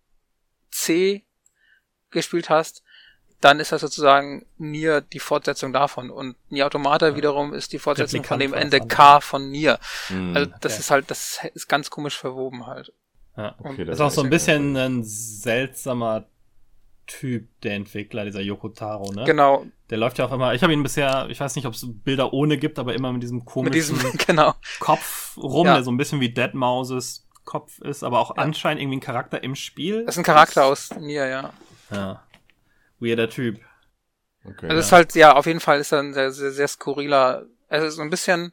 C gespielt hast, dann ist das sozusagen Nier die Fortsetzung davon. Und Nier Automata wiederum ist die Fortsetzung von dem Ende K von Nier. Also das ist halt, das ist ganz komisch verwoben halt. Ja. Okay, das ist auch so ein bisschen ein seltsamer Typ, der Entwickler, dieser Yoko Taro, ne? Genau. Der läuft ja auch immer, ich habe ihn bisher, ich weiß nicht, ob es Bilder ohne gibt, aber immer mit diesem komischen genau. Kopf rum, der so ein bisschen wie Deadmau5s Kopf ist, aber auch anscheinend irgendwie ein Charakter im Spiel. Das ist ein Charakter aus Nier, ja. Ja. Weirder Typ. Okay, also es ist halt, ja, auf jeden Fall ist er ein sehr, sehr, sehr skurriler, es ist so ein bisschen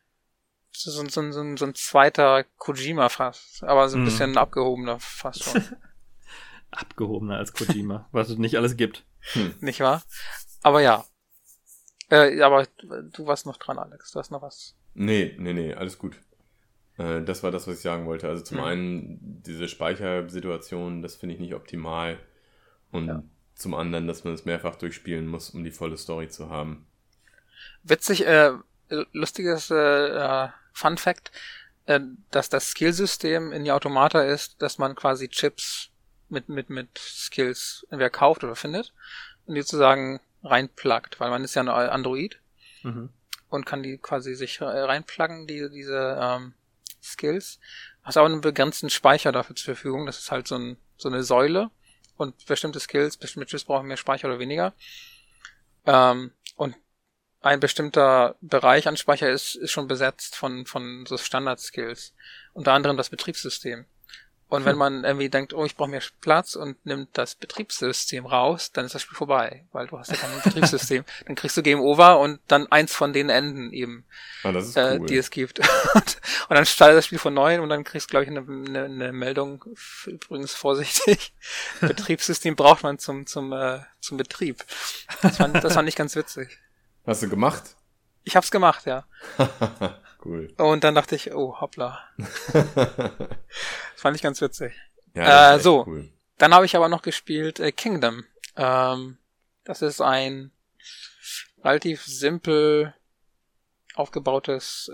so ein zweiter Kojima fast, aber so ein bisschen abgehobener fast schon. Abgehobener als Kojima, was es nicht alles gibt. Nicht wahr? Aber ja. Aber du warst noch dran, Alex. Du hast noch was. Nee, alles gut. Das war das, was ich sagen wollte. Also zum einen, diese Speichersituation, das finde ich nicht optimal. Und zum anderen, dass man es mehrfach durchspielen muss, um die volle Story zu haben. Witzig, lustiges Fun Fact, dass das Skillsystem in die Automata ist, dass man quasi Chips mit Skills entweder kauft oder findet und die sozusagen reinpluggt, weil man ist ja ein Android und kann die quasi sich reinpluggen, diese Skills. Hast aber einen begrenzten Speicher dafür zur Verfügung. Das ist halt so eine Säule und bestimmte Skills, bestimmte Chips brauchen mehr Speicher oder weniger. Und ein bestimmter Bereich an Speicher ist schon besetzt von so Standard-Skills. Unter anderem das Betriebssystem. Und wenn man irgendwie denkt, oh, ich brauche mehr Platz und nimmt das Betriebssystem raus, dann ist das Spiel vorbei, weil du hast ja kein Betriebssystem. Dann kriegst du Game Over und dann eins von den Enden eben, Das ist cool. Die es gibt. Und dann startet das Spiel von neuem und dann kriegst du, glaube ich, eine Meldung, übrigens vorsichtig, Betriebssystem braucht man zum Betrieb. Das fand ich ganz witzig. Hast du gemacht? Ich hab's gemacht, ja. Cool. Und dann dachte ich, oh, hoppla. Das fand ich ganz witzig. Ja, das ist so, cool. Dann habe ich aber noch gespielt Kingdom. Das ist ein relativ simpel aufgebautes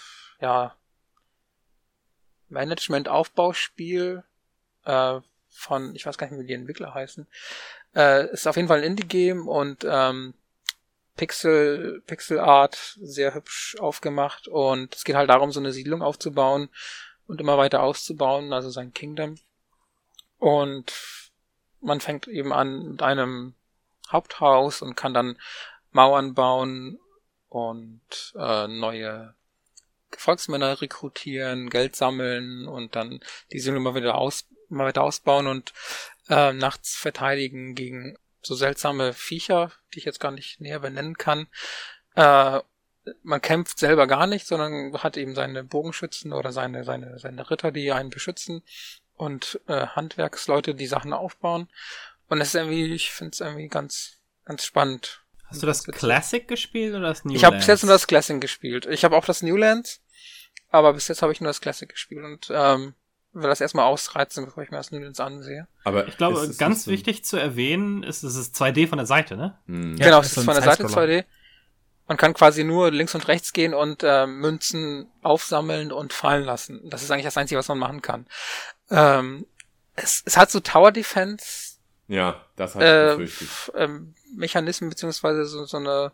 Management-Aufbauspiel von, ich weiß gar nicht, wie die Entwickler heißen. Ist auf jeden Fall ein Indie-Game und Pixel Art, sehr hübsch aufgemacht und es geht halt darum, so eine Siedlung aufzubauen und immer weiter auszubauen, also sein Kingdom. Und man fängt eben an mit einem Haupthaus und kann dann Mauern bauen und neue Volksmänner rekrutieren, Geld sammeln und dann die Siedlung immer weiter ausbauen und nachts verteidigen gegen so seltsame Viecher, die ich jetzt gar nicht näher benennen kann. Man kämpft selber gar nicht, sondern hat eben seine Bogenschützen oder seine Ritter, die einen beschützen und Handwerksleute, die Sachen aufbauen. Und das ist irgendwie, ich finde es irgendwie ganz, ganz spannend. Hast du das Classic gespielt oder das Newlands? Ich habe bis jetzt nur das Classic gespielt. Ich habe auch das Newlands, aber bis jetzt habe ich nur das Classic gespielt und will das erstmal ausreizen, bevor ich mir das Newlands ansehe. Aber ich glaube, ganz wichtig zu erwähnen ist, es ist 2D von der Seite, ne? Genau, es ist von der Seite 2D. Man kann quasi nur links und rechts gehen und Münzen aufsammeln und fallen lassen. Das ist eigentlich das Einzige, was man machen kann. Es hat so Tower Defense. Ja, das hat ich befürchtet. Mechanismen, beziehungsweise so eine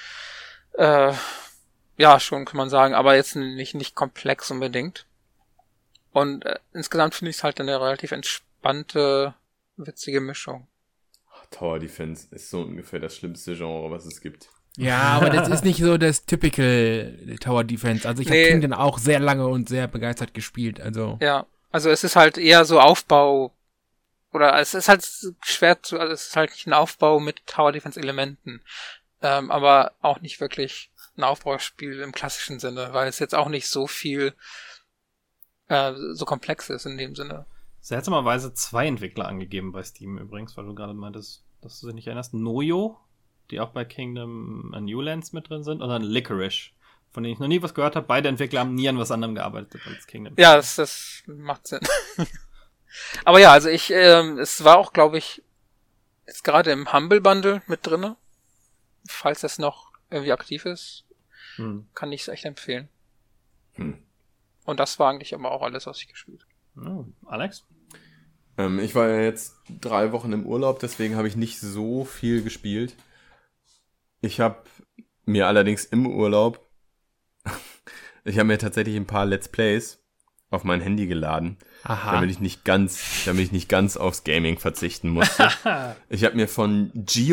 schon kann man sagen, aber jetzt nicht komplex unbedingt. Und insgesamt finde ich es halt eine relativ entspannte, witzige Mischung. Tower Defense ist so ungefähr das schlimmste Genre, was es gibt. Ja, aber das ist nicht so das typical Tower Defense. Also ich habe Kingdom auch sehr lange und sehr begeistert gespielt. Also ja, also es ist halt eher so Aufbau, oder es ist halt schwer zu, also es ist halt nicht ein Aufbau mit Tower Defense Elementen, aber auch nicht wirklich ein Aufbauspiel im klassischen Sinne, weil es jetzt auch nicht so viel so komplex ist in dem Sinne. Seltsamerweise 2 Entwickler angegeben bei Steam übrigens, weil du gerade meintest, dass du dich nicht erinnerst. Noyo, die auch bei Kingdom Newlands mit drin sind, und dann Licorice, von denen ich noch nie was gehört habe. Beide Entwickler haben nie an was anderem gearbeitet als Kingdom. Ja, das macht Sinn. Aber ja, also es war auch, glaube ich, jetzt gerade im Humble Bundle mit drinne. Falls das noch irgendwie aktiv ist, kann ich es echt empfehlen. Und das war eigentlich aber auch alles, was ich gespielt habe. Alex? Ich war ja jetzt 3 Wochen im Urlaub, deswegen habe ich nicht so viel gespielt. Ich habe mir allerdings im Urlaub, ich habe mir tatsächlich ein paar Let's Plays auf mein Handy geladen, damit ich nicht ganz aufs Gaming verzichten musste. Ich habe mir von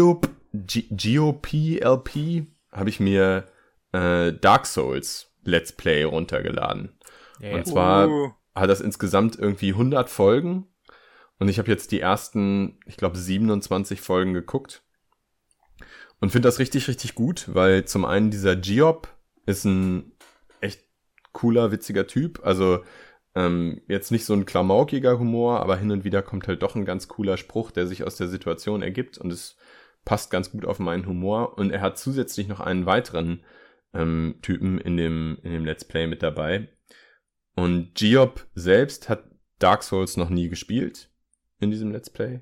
GOPLP habe ich mir Dark Souls Let's Play runtergeladen. Ja. Und zwar hat das insgesamt irgendwie 100 Folgen. Und ich habe jetzt die ersten, ich glaube, 27 Folgen geguckt. Und finde das richtig, richtig gut, weil zum einen dieser Geop ist ein echt cooler, witziger Typ. Also jetzt nicht so ein klamaukiger Humor, aber hin und wieder kommt halt doch ein ganz cooler Spruch, der sich aus der Situation ergibt. Und es passt ganz gut auf meinen Humor. Und er hat zusätzlich noch einen weiteren Typen in dem Let's Play mit dabei. Und Geop selbst hat Dark Souls noch nie gespielt in diesem Let's Play.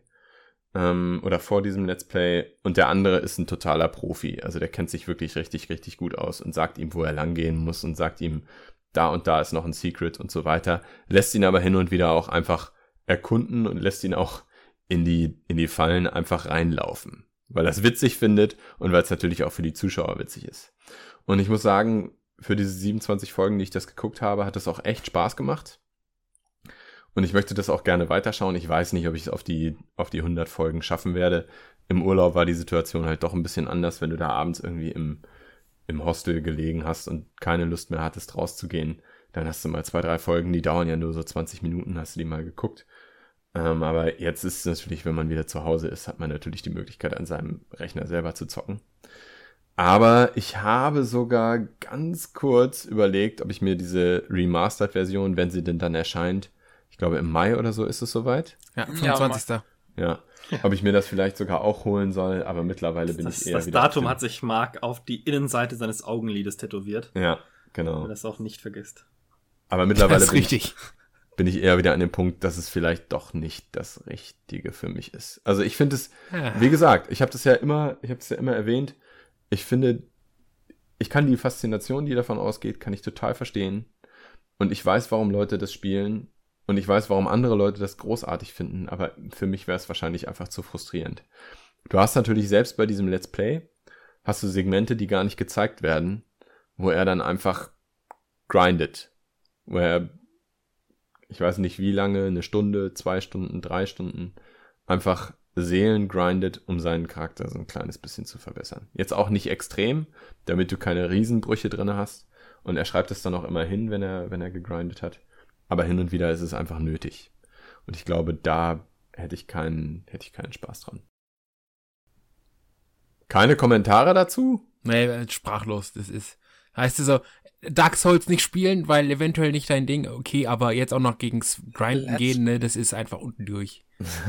Oder vor diesem Let's Play. Und der andere ist ein totaler Profi. Also der kennt sich wirklich richtig, richtig gut aus und sagt ihm, wo er lang gehen muss und sagt ihm, da und da ist noch ein Secret und so weiter. Lässt ihn aber hin und wieder auch einfach erkunden und lässt ihn auch in die Fallen einfach reinlaufen. Weil er es witzig findet und weil es natürlich auch für die Zuschauer witzig ist. Und ich muss sagen, für diese 27 Folgen, die ich das geguckt habe, hat es auch echt Spaß gemacht. Und ich möchte das auch gerne weiterschauen. Ich weiß nicht, ob ich es auf die 100 Folgen schaffen werde. Im Urlaub war die Situation halt doch ein bisschen anders, wenn du da abends irgendwie im Hostel gelegen hast und keine Lust mehr hattest, rauszugehen. Dann hast du mal 2, 3 Folgen, die dauern ja nur so 20 Minuten, hast du die mal geguckt. Aber jetzt ist es natürlich, wenn man wieder zu Hause ist, hat man natürlich die Möglichkeit, an seinem Rechner selber zu zocken. Aber ich habe sogar ganz kurz überlegt, ob ich mir diese Remastered-Version, wenn sie denn dann erscheint, ich glaube im Mai oder so ist es soweit. Ja, 25. Ja, ob ich mir das vielleicht sogar auch holen soll, aber mittlerweile bin ich eher das wieder... Das Datum hat sich Mark auf die Innenseite seines Augenlides tätowiert. Ja, genau. Wenn er das auch nicht vergisst. Aber mittlerweile Das ist richtig. bin ich eher wieder an dem Punkt, dass es vielleicht doch nicht das Richtige für mich ist. Also ich finde es, wie gesagt, ich habe das ja immer erwähnt, ich finde, ich kann die Faszination, die davon ausgeht, kann ich total verstehen. Und ich weiß, warum Leute das spielen. Und ich weiß, warum andere Leute das großartig finden. Aber für mich wäre es wahrscheinlich einfach zu frustrierend. Du hast natürlich selbst bei diesem Let's Play, hast du Segmente, die gar nicht gezeigt werden, wo er dann einfach grindet. Wo er, ich weiß nicht wie lange, 1 Stunde, 2 Stunden, 3 Stunden, einfach Seelen grindet, um seinen Charakter so ein kleines bisschen zu verbessern. Jetzt auch nicht extrem, damit du keine Riesenbrüche drin hast. Und er schreibt es dann auch immer hin, wenn er gegrindet hat. Aber hin und wieder ist es einfach nötig. Und ich glaube, da hätte ich keinen Spaß dran. Keine Kommentare dazu? Nee, sprachlos, das ist. Heißt es so, Dark Souls nicht spielen, weil eventuell nicht dein Ding, okay, aber jetzt auch noch gegens Grinden gehen, ne, das ist einfach unten durch.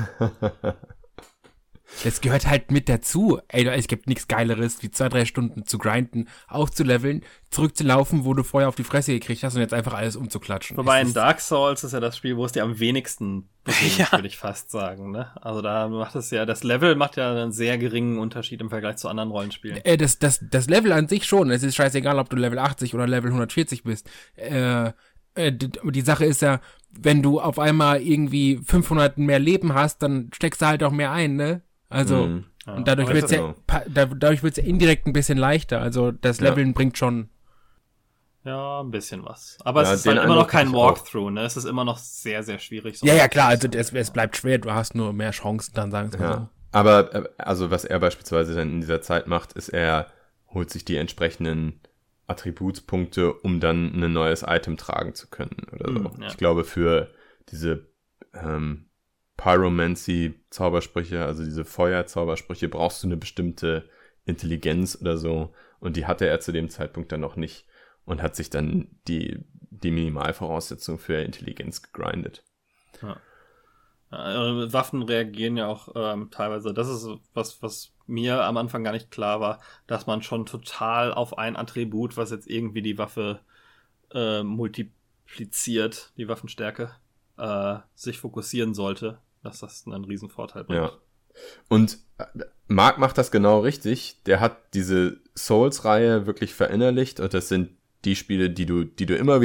Das gehört halt mit dazu. Ey, es gibt nichts Geileres, wie 2, 3 Stunden zu grinden, aufzuleveln, zurückzulaufen, wo du vorher auf die Fresse gekriegt hast und jetzt einfach alles umzuklatschen. Wobei in Dark Souls ist ja das Spiel, wo es dir am wenigsten bewegt, würde ich fast sagen, ne? Also da macht es ja, das Level macht ja einen sehr geringen Unterschied im Vergleich zu anderen Rollenspielen. Das Level an sich schon. Es ist scheißegal, ob du Level 80 oder Level 140 bist. Die Sache ist ja, wenn du auf einmal irgendwie 500 mehr Leben hast, dann steckst du halt auch mehr ein, ne? Also, und dadurch wird's ja indirekt ein bisschen leichter. Also, das Leveln bringt schon. Ja, ein bisschen was. Aber Ja, es ist halt den immer noch Eindruck kein hab ich auch. Walkthrough, ne? Es ist immer noch sehr, sehr schwierig. So Ja, klar, also es bleibt schwer, du hast nur mehr Chancen, dann sagen wir mal so. Ja. Aber, also was er beispielsweise dann in dieser Zeit macht, ist, er holt sich die entsprechenden Attributspunkte, um dann ein neues Item tragen zu können oder so. Ja. Ich glaube, für diese Pyromancy-Zaubersprüche, also diese Feuerzaubersprüche, brauchst du eine bestimmte Intelligenz oder so. Und die hatte er zu dem Zeitpunkt dann noch nicht und hat sich dann die Minimalvoraussetzung für Intelligenz gegrindet. Ja. Waffen reagieren ja auch teilweise. Das ist was mir am Anfang gar nicht klar war, dass man schon total auf ein Attribut, was jetzt irgendwie die Waffe multipliziert, die Waffenstärke, sich fokussieren sollte, dass das einen riesen Vorteil bringt. Ja. Und Marc macht das genau richtig. Der hat diese Souls-Reihe wirklich verinnerlicht und das sind die Spiele, die du immer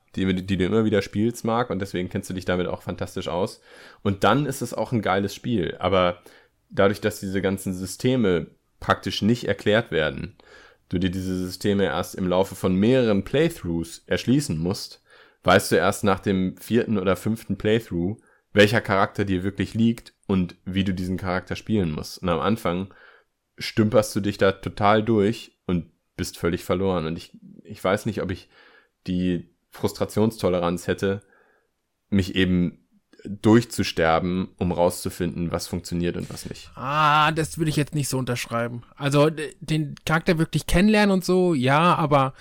wieder spielst, Marc, und deswegen kennst du dich damit auch fantastisch aus. Und dann ist es auch ein geiles Spiel. Aber dadurch, dass diese ganzen Systeme praktisch nicht erklärt werden, du dir diese Systeme erst im Laufe von mehreren Playthroughs erschließen musst, weißt du erst nach dem 4. oder 5. Playthrough, welcher Charakter dir wirklich liegt und wie du diesen Charakter spielen musst. Und am Anfang stümperst du dich da total durch und bist völlig verloren. Und ich weiß nicht, ob ich die Frustrationstoleranz hätte, mich eben durchzusterben, um rauszufinden, was funktioniert und was nicht. Das würde ich jetzt nicht so unterschreiben. Also den Charakter wirklich kennenlernen und so, ja, aber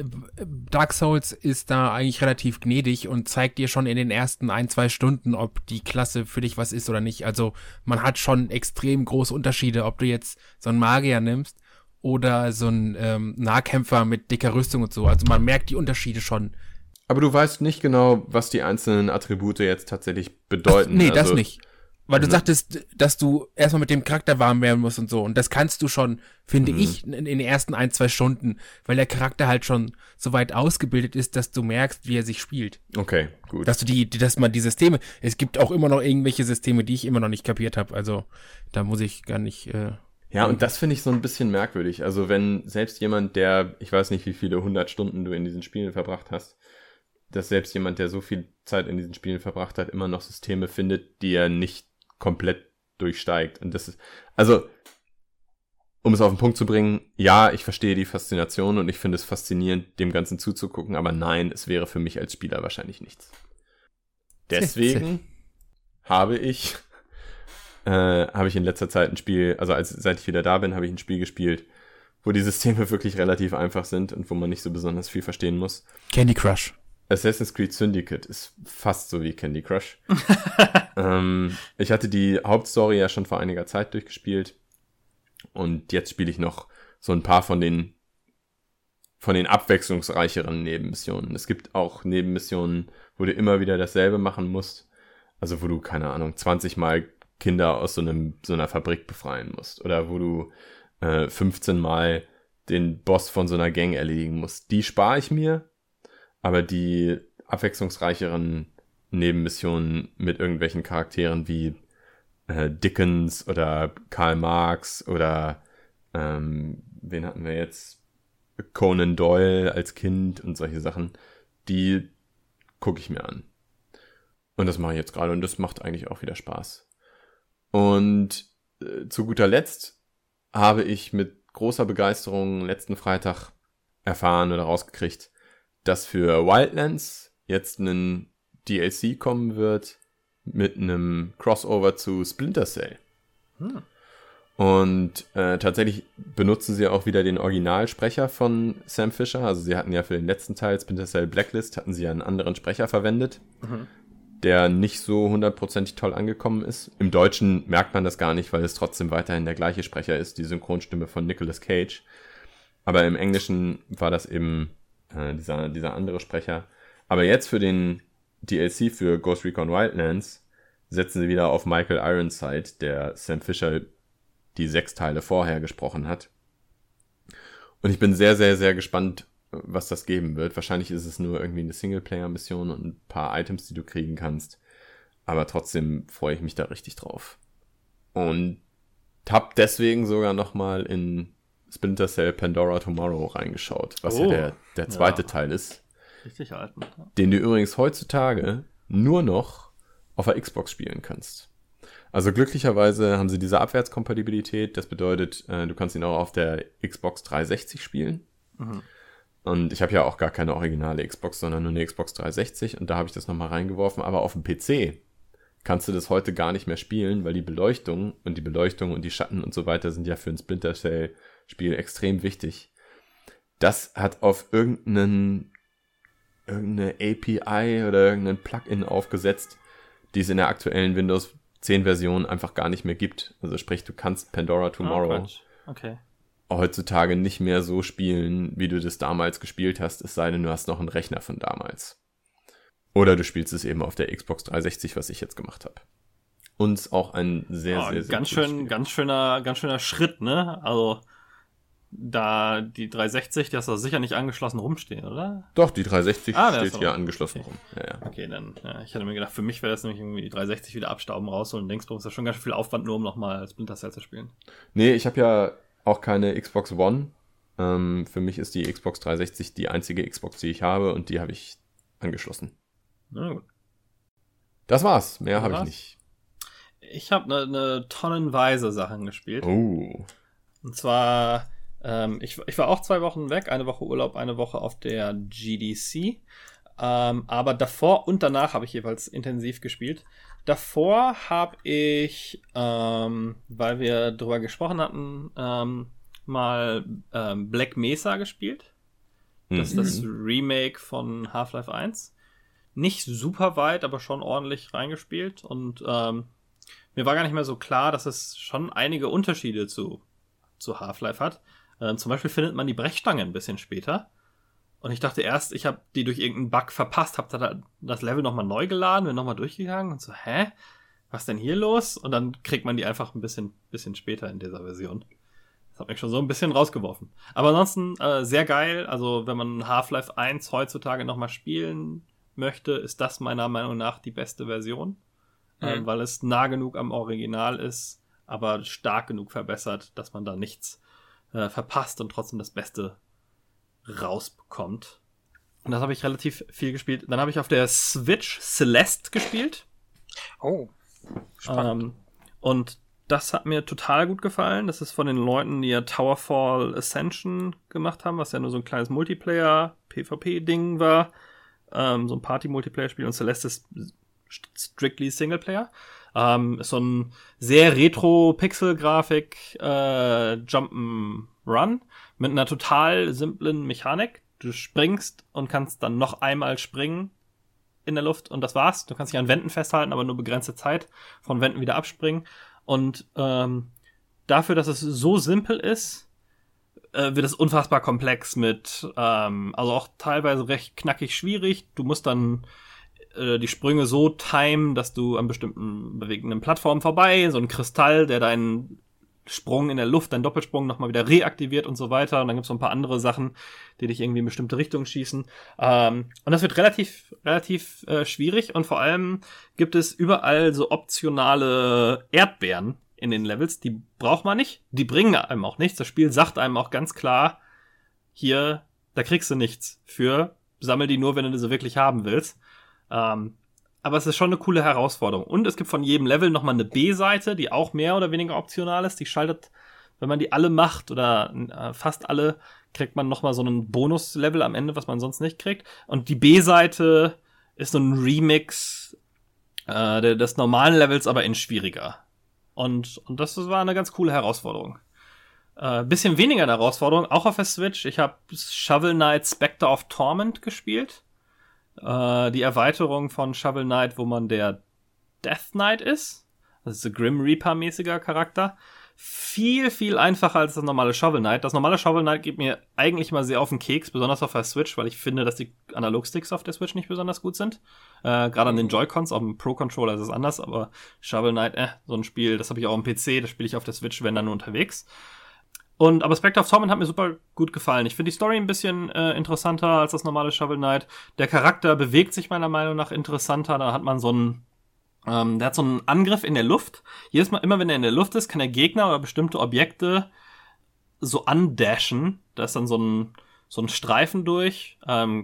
Dark Souls ist da eigentlich relativ gnädig und zeigt dir schon in den ersten 1-2 Stunden, ob die Klasse für dich was ist oder nicht. Also man hat schon extrem große Unterschiede, ob du jetzt so einen Magier nimmst oder so einen Nahkämpfer mit dicker Rüstung und so. Also man merkt die Unterschiede schon. Aber du weißt nicht genau, was die einzelnen Attribute jetzt tatsächlich bedeuten. Nee, das nicht. Weil du sagtest, dass du erstmal mit dem Charakter warm werden musst und so. Und das kannst du schon, finde ich, in den ersten 1-2 Stunden, weil der Charakter halt schon so weit ausgebildet ist, dass du merkst, wie er sich spielt. Okay, gut. Dass man die Systeme, es gibt auch immer noch irgendwelche Systeme, die ich immer noch nicht kapiert habe. Also da muss ich gar nicht... Ja, und das finde ich so ein bisschen merkwürdig. Also wenn selbst jemand, der, ich weiß nicht, wie viele 100 Stunden du in diesen Spielen verbracht hast, dass selbst jemand, der so viel Zeit in diesen Spielen verbracht hat, immer noch Systeme findet, die er nicht komplett durchsteigt. Und das ist, also, um es auf den Punkt zu bringen, ja, ich verstehe die Faszination und ich finde es faszinierend, dem Ganzen zuzugucken, aber nein, es wäre für mich als Spieler wahrscheinlich nichts. Deswegen habe ich in letzter Zeit ein Spiel, also seit ich wieder da bin, habe ich ein Spiel gespielt, wo die Systeme wirklich relativ einfach sind und wo man nicht so besonders viel verstehen muss. Candy Crush. Assassin's Creed Syndicate ist fast so wie Candy Crush. Ich hatte die Hauptstory ja schon vor einiger Zeit durchgespielt und jetzt spiele ich noch so ein paar von den abwechslungsreicheren Nebenmissionen. Es gibt auch Nebenmissionen, wo du immer wieder dasselbe machen musst. Also wo du, keine Ahnung, 20 Mal Kinder aus so einer Fabrik befreien musst. Oder wo du 15 Mal den Boss von so einer Gang erledigen musst. Die spare ich mir. Aber die abwechslungsreicheren Nebenmissionen mit irgendwelchen Charakteren wie Dickens oder Karl Marx oder wen hatten wir jetzt? Conan Doyle als Kind und solche Sachen, die gucke ich mir an. Und das mache ich jetzt gerade und das macht eigentlich auch wieder Spaß. Und zu guter Letzt habe ich mit großer Begeisterung letzten Freitag erfahren oder rausgekriegt, dass für Wildlands jetzt ein DLC kommen wird mit einem Crossover zu Splinter Cell. Und tatsächlich benutzen sie auch wieder den Originalsprecher von Sam Fisher. Also sie hatten ja für den letzten Teil Splinter Cell Blacklist, hatten sie ja einen anderen Sprecher verwendet, der nicht so 100% toll angekommen ist. Im Deutschen merkt man das gar nicht, weil es trotzdem weiterhin der gleiche Sprecher ist, die Synchronstimme von Nicolas Cage. Aber im Englischen war das eben dieser andere Sprecher. Aber jetzt für den DLC für Ghost Recon Wildlands setzen sie wieder auf Michael Ironside, der Sam Fisher die 6 Teile vorher gesprochen hat. Und ich bin sehr, sehr, sehr gespannt, was das geben wird. Wahrscheinlich ist es nur irgendwie eine Singleplayer-Mission und ein paar Items, die du kriegen kannst. Aber trotzdem freue ich mich da richtig drauf. Und hab deswegen sogar nochmal in Splinter Cell Pandora Tomorrow reingeschaut, was ja der zweite Teil ist. Richtig alt. Den du übrigens heutzutage nur noch auf der Xbox spielen kannst. Also glücklicherweise haben sie diese Abwärtskompatibilität. Das bedeutet, du kannst ihn auch auf der Xbox 360 spielen. Und ich habe ja auch gar keine originale Xbox, sondern nur eine Xbox 360. Und da habe ich das nochmal reingeworfen. Aber auf dem PC kannst du das heute gar nicht mehr spielen, weil die Beleuchtung und die Schatten und so weiter sind ja für ein Splinter Cell Spiel extrem wichtig. Das hat auf irgendeine API oder irgendein Plugin aufgesetzt, die es in der aktuellen Windows 10 Version einfach gar nicht mehr gibt. Also sprich, du kannst Pandora Tomorrow heutzutage nicht mehr so spielen, wie du das damals gespielt hast, es sei denn, du hast noch einen Rechner von damals. Oder du spielst es eben auf der Xbox 360, was ich jetzt gemacht habe. Und auch ein sehr, sehr, sehr ganz cooles schön, Spiel. ganz schöner Schritt, ne? Also, da die 360, die hast du sicher nicht angeschlossen rumstehen, oder? Doch, die 360 der steht ist hier aber- angeschlossen okay. rum. Ja. Okay, dann, ich hatte mir gedacht, für mich wäre das nämlich irgendwie die 360 wieder abstauben, rausholen. Dingsbums ist ja schon ganz schön viel Aufwand, nur um nochmal Splinter Cell zu spielen. Nee, ich habe ja auch keine Xbox One. Für mich ist die Xbox 360 die einzige Xbox, die ich habe, und die habe ich angeschlossen. Na gut. Das war's. Mehr Das habe ich war's? nicht. Ich habe eine tonnenweise Sachen gespielt. Oh. Und zwar, ich war auch 2 Wochen weg, eine Woche Urlaub, eine Woche auf der GDC. Aber davor und danach habe ich jeweils intensiv gespielt. Davor habe ich, weil wir drüber gesprochen hatten, mal Black Mesa gespielt. Das ist das Remake von Half-Life 1. Nicht super weit, aber schon ordentlich reingespielt. Und mir war gar nicht mehr so klar, dass es schon einige Unterschiede zu Half-Life hat. Zum Beispiel findet man die Brechstange ein bisschen später. Und ich dachte erst, ich habe die durch irgendeinen Bug verpasst, habe da das Level nochmal neu geladen, bin nochmal durchgegangen und so, was denn hier los? Und dann kriegt man die einfach ein bisschen später in dieser Version. Das hat mich schon so ein bisschen rausgeworfen. Aber ansonsten sehr geil. Also wenn man Half-Life 1 heutzutage nochmal spielen möchte, ist das meiner Meinung nach die beste Version. Weil es nah genug am Original ist, aber stark genug verbessert, dass man da nichts verpasst und trotzdem das Beste rausbekommt. Und das habe ich relativ viel gespielt. Dann habe ich auf der Switch Celeste gespielt. Oh, spannend. Und das hat mir total gut gefallen. Das ist von den Leuten, die ja Towerfall Ascension gemacht haben, was ja nur so ein kleines Multiplayer-PvP-Ding war. So ein Party-Multiplayer-Spiel. Und Celeste ist strictly Singleplayer. Ist so ein sehr Retro-Pixel-Grafik Jump'n'Run mit einer total simplen Mechanik. Du springst und kannst dann noch einmal springen in der Luft und das war's. Du kannst dich an Wänden festhalten, aber nur begrenzte Zeit, von Wänden wieder abspringen. Und dafür, dass es so simpel ist, wird es unfassbar komplex mit, also auch teilweise recht knackig schwierig. Du musst dann die Sprünge so timen, dass du an bestimmten bewegenden Plattformen vorbei, so ein Kristall, der deinen Sprung in der Luft, deinen Doppelsprung nochmal wieder reaktiviert und so weiter. Und dann gibt's so ein paar andere Sachen, die dich irgendwie in bestimmte Richtungen schießen. Und das wird relativ schwierig. Und vor allem gibt es überall so optionale Erdbeeren in den Levels. Die braucht man nicht. Die bringen einem auch nichts. Das Spiel sagt einem auch ganz klar, hier, da kriegst du nichts für. Sammel die nur, wenn du sie wirklich haben willst. Aber es ist schon eine coole Herausforderung. Und es gibt von jedem Level nochmal eine B-Seite, die auch mehr oder weniger optional ist. Die schaltet, wenn man die alle macht oder fast alle, kriegt man nochmal so einen Bonus-Level am Ende, was man sonst nicht kriegt. Und die B-Seite ist so ein Remix des normalen Levels, aber in schwieriger. Und das war eine ganz coole Herausforderung. Bisschen weniger eine Herausforderung, auch auf der Switch. Ich habe Shovel Knight Spectre of Torment gespielt. Die Erweiterung von Shovel Knight, wo man der Death Knight ist. Das ist ein Grim Reaper-mäßiger Charakter. Viel einfacher als das normale Shovel Knight. Das normale Shovel Knight geht mir eigentlich mal sehr auf den Keks, besonders auf der Switch, weil ich finde, dass die Analogsticks auf der Switch nicht besonders gut sind. Gerade an den Joy-Cons, auf dem Pro-Controller ist es anders, aber Shovel Knight, so ein Spiel, das habe ich auch am PC, das spiele ich auf der Switch, wenn dann nur unterwegs. Aber Spectre of Torment hat mir super gut gefallen. Ich finde die Story ein bisschen interessanter als das normale Shovel Knight. Der Charakter bewegt sich meiner Meinung nach interessanter. Da hat man so einen, der hat so einen Angriff in der Luft. Jedes Mal, immer wenn er in der Luft ist, kann der Gegner oder bestimmte Objekte so andashen. Da ist dann so ein Streifen durch.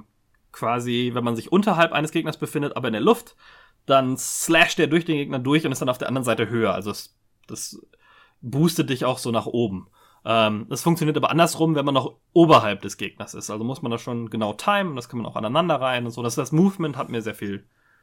Quasi, wenn man sich unterhalb eines Gegners befindet, aber in der Luft, dann slasht er durch den Gegner durch und ist dann auf der anderen Seite höher. Also das boostet dich auch so nach oben. Das funktioniert aber andersrum, wenn man noch oberhalb des Gegners ist. Also muss man das schon genau timen. Das kann man auch aneinander rein und so. Das Movement hat mir sehr viel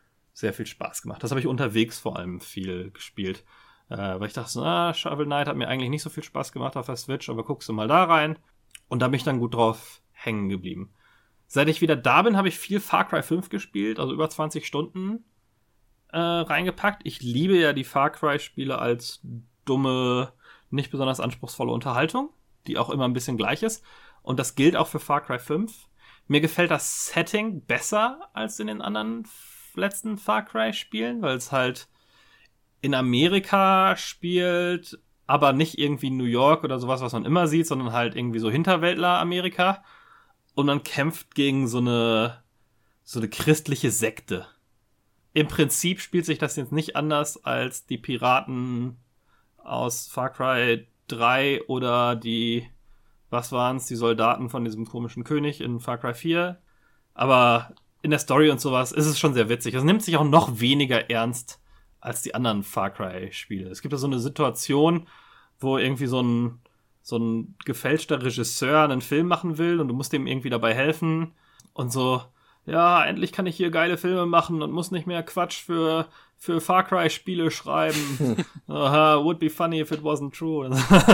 Spaß gemacht. Das habe ich unterwegs vor allem viel gespielt. Weil ich dachte, Shovel Knight hat mir eigentlich nicht so viel Spaß gemacht auf der Switch, aber guckst du mal da rein. Und da bin ich dann gut drauf hängen geblieben. Seit ich wieder da bin, habe ich viel Far Cry 5 gespielt, also über 20 Stunden reingepackt. Ich liebe ja die Far Cry-Spiele als dumme, nicht besonders anspruchsvolle Unterhaltung, die auch immer ein bisschen gleich ist. Und das gilt auch für Far Cry 5. Mir gefällt das Setting besser als in den anderen letzten Far Cry-Spielen, weil es halt in Amerika spielt, aber nicht irgendwie New York oder sowas, was man immer sieht, sondern halt irgendwie so Hinterwäldler-Amerika. Und man kämpft gegen so eine christliche Sekte. Im Prinzip spielt sich das jetzt nicht anders als die Piraten aus Far Cry 3 oder die Soldaten von diesem komischen König in Far Cry 4. Aber in der Story und sowas ist es schon sehr witzig. Es nimmt sich auch noch weniger ernst als die anderen Far Cry-Spiele. Es gibt da so eine Situation, wo irgendwie so ein gefälschter Regisseur einen Film machen will und du musst ihm irgendwie dabei helfen und so, ja, endlich kann ich hier geile Filme machen und muss nicht mehr Quatsch für Far Cry-Spiele schreiben. Aha, would be funny if it wasn't true.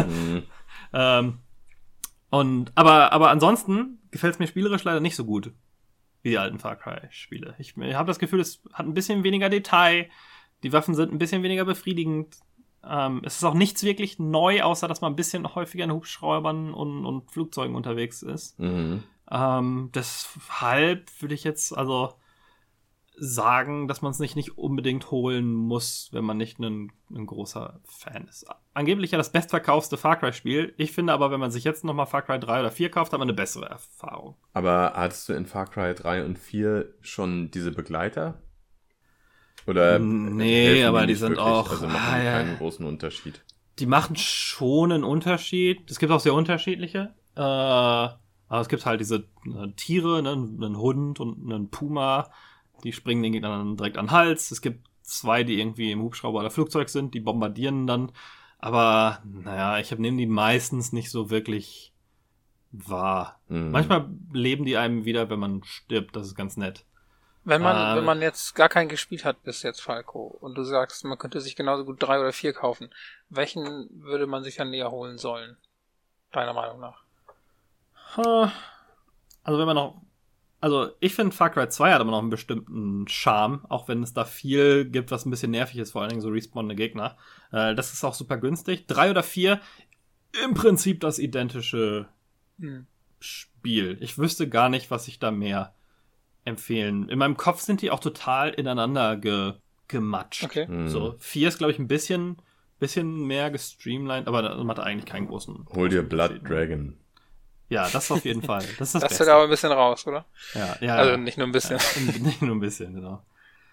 Aber ansonsten gefällt es mir spielerisch leider nicht so gut wie die alten Far Cry-Spiele. Ich habe das Gefühl, es hat ein bisschen weniger Detail, die Waffen sind ein bisschen weniger befriedigend. Es ist auch nichts wirklich neu, außer dass man ein bisschen häufiger in Hubschraubern und Flugzeugen unterwegs ist. Mhm. Deshalb würde ich jetzt also sagen, dass man es nicht unbedingt holen muss, wenn man nicht ein großer Fan ist. Angeblich ja das bestverkaufste Far Cry-Spiel. Ich finde aber, wenn man sich jetzt nochmal Far Cry 3 oder 4 kauft, hat man eine bessere Erfahrung. Aber hattest du in Far Cry 3 und 4 schon diese Begleiter? Oder nee, aber die sind wirklich? auch... Also machen die keinen großen Unterschied. Die machen schon einen Unterschied. Es gibt auch sehr unterschiedliche. Aber es gibt halt diese Tiere, ne? Einen Hund und einen Puma. Die springen den Gegnern direkt an den Hals. Es gibt 2, die irgendwie im Hubschrauber oder Flugzeug sind. Die bombardieren dann. Aber, naja, ich nehme die meistens nicht so wirklich wahr. Mhm. Manchmal leben die einem wieder, wenn man stirbt. Das ist ganz nett. Wenn man jetzt gar keinen gespielt hat bis jetzt, Falco, und du sagst, man könnte sich genauso gut 3 oder 4 kaufen, welchen würde man sich dann näher holen sollen? Deiner Meinung nach? Also ich finde Far Cry 2 hat aber noch einen bestimmten Charme, auch wenn es da viel gibt, was ein bisschen nervig ist, vor allen Dingen so respawnende Gegner. Das ist auch super günstig. 3 oder 4, im Prinzip das identische Spiel. Ich wüsste gar nicht, was ich da mehr empfehlen. In meinem Kopf sind die auch total ineinander gematscht. Okay. So, 4 ist, glaube ich, ein bisschen mehr gestreamlined, aber das macht eigentlich keinen großen... Hol dir großen Blood Unterschied. Dragon. Ja, das auf jeden Fall. Das ist das Das Beste. wird aber ein bisschen raus, oder? Ja. Also nicht nur ein bisschen. Nicht nur ein bisschen, genau.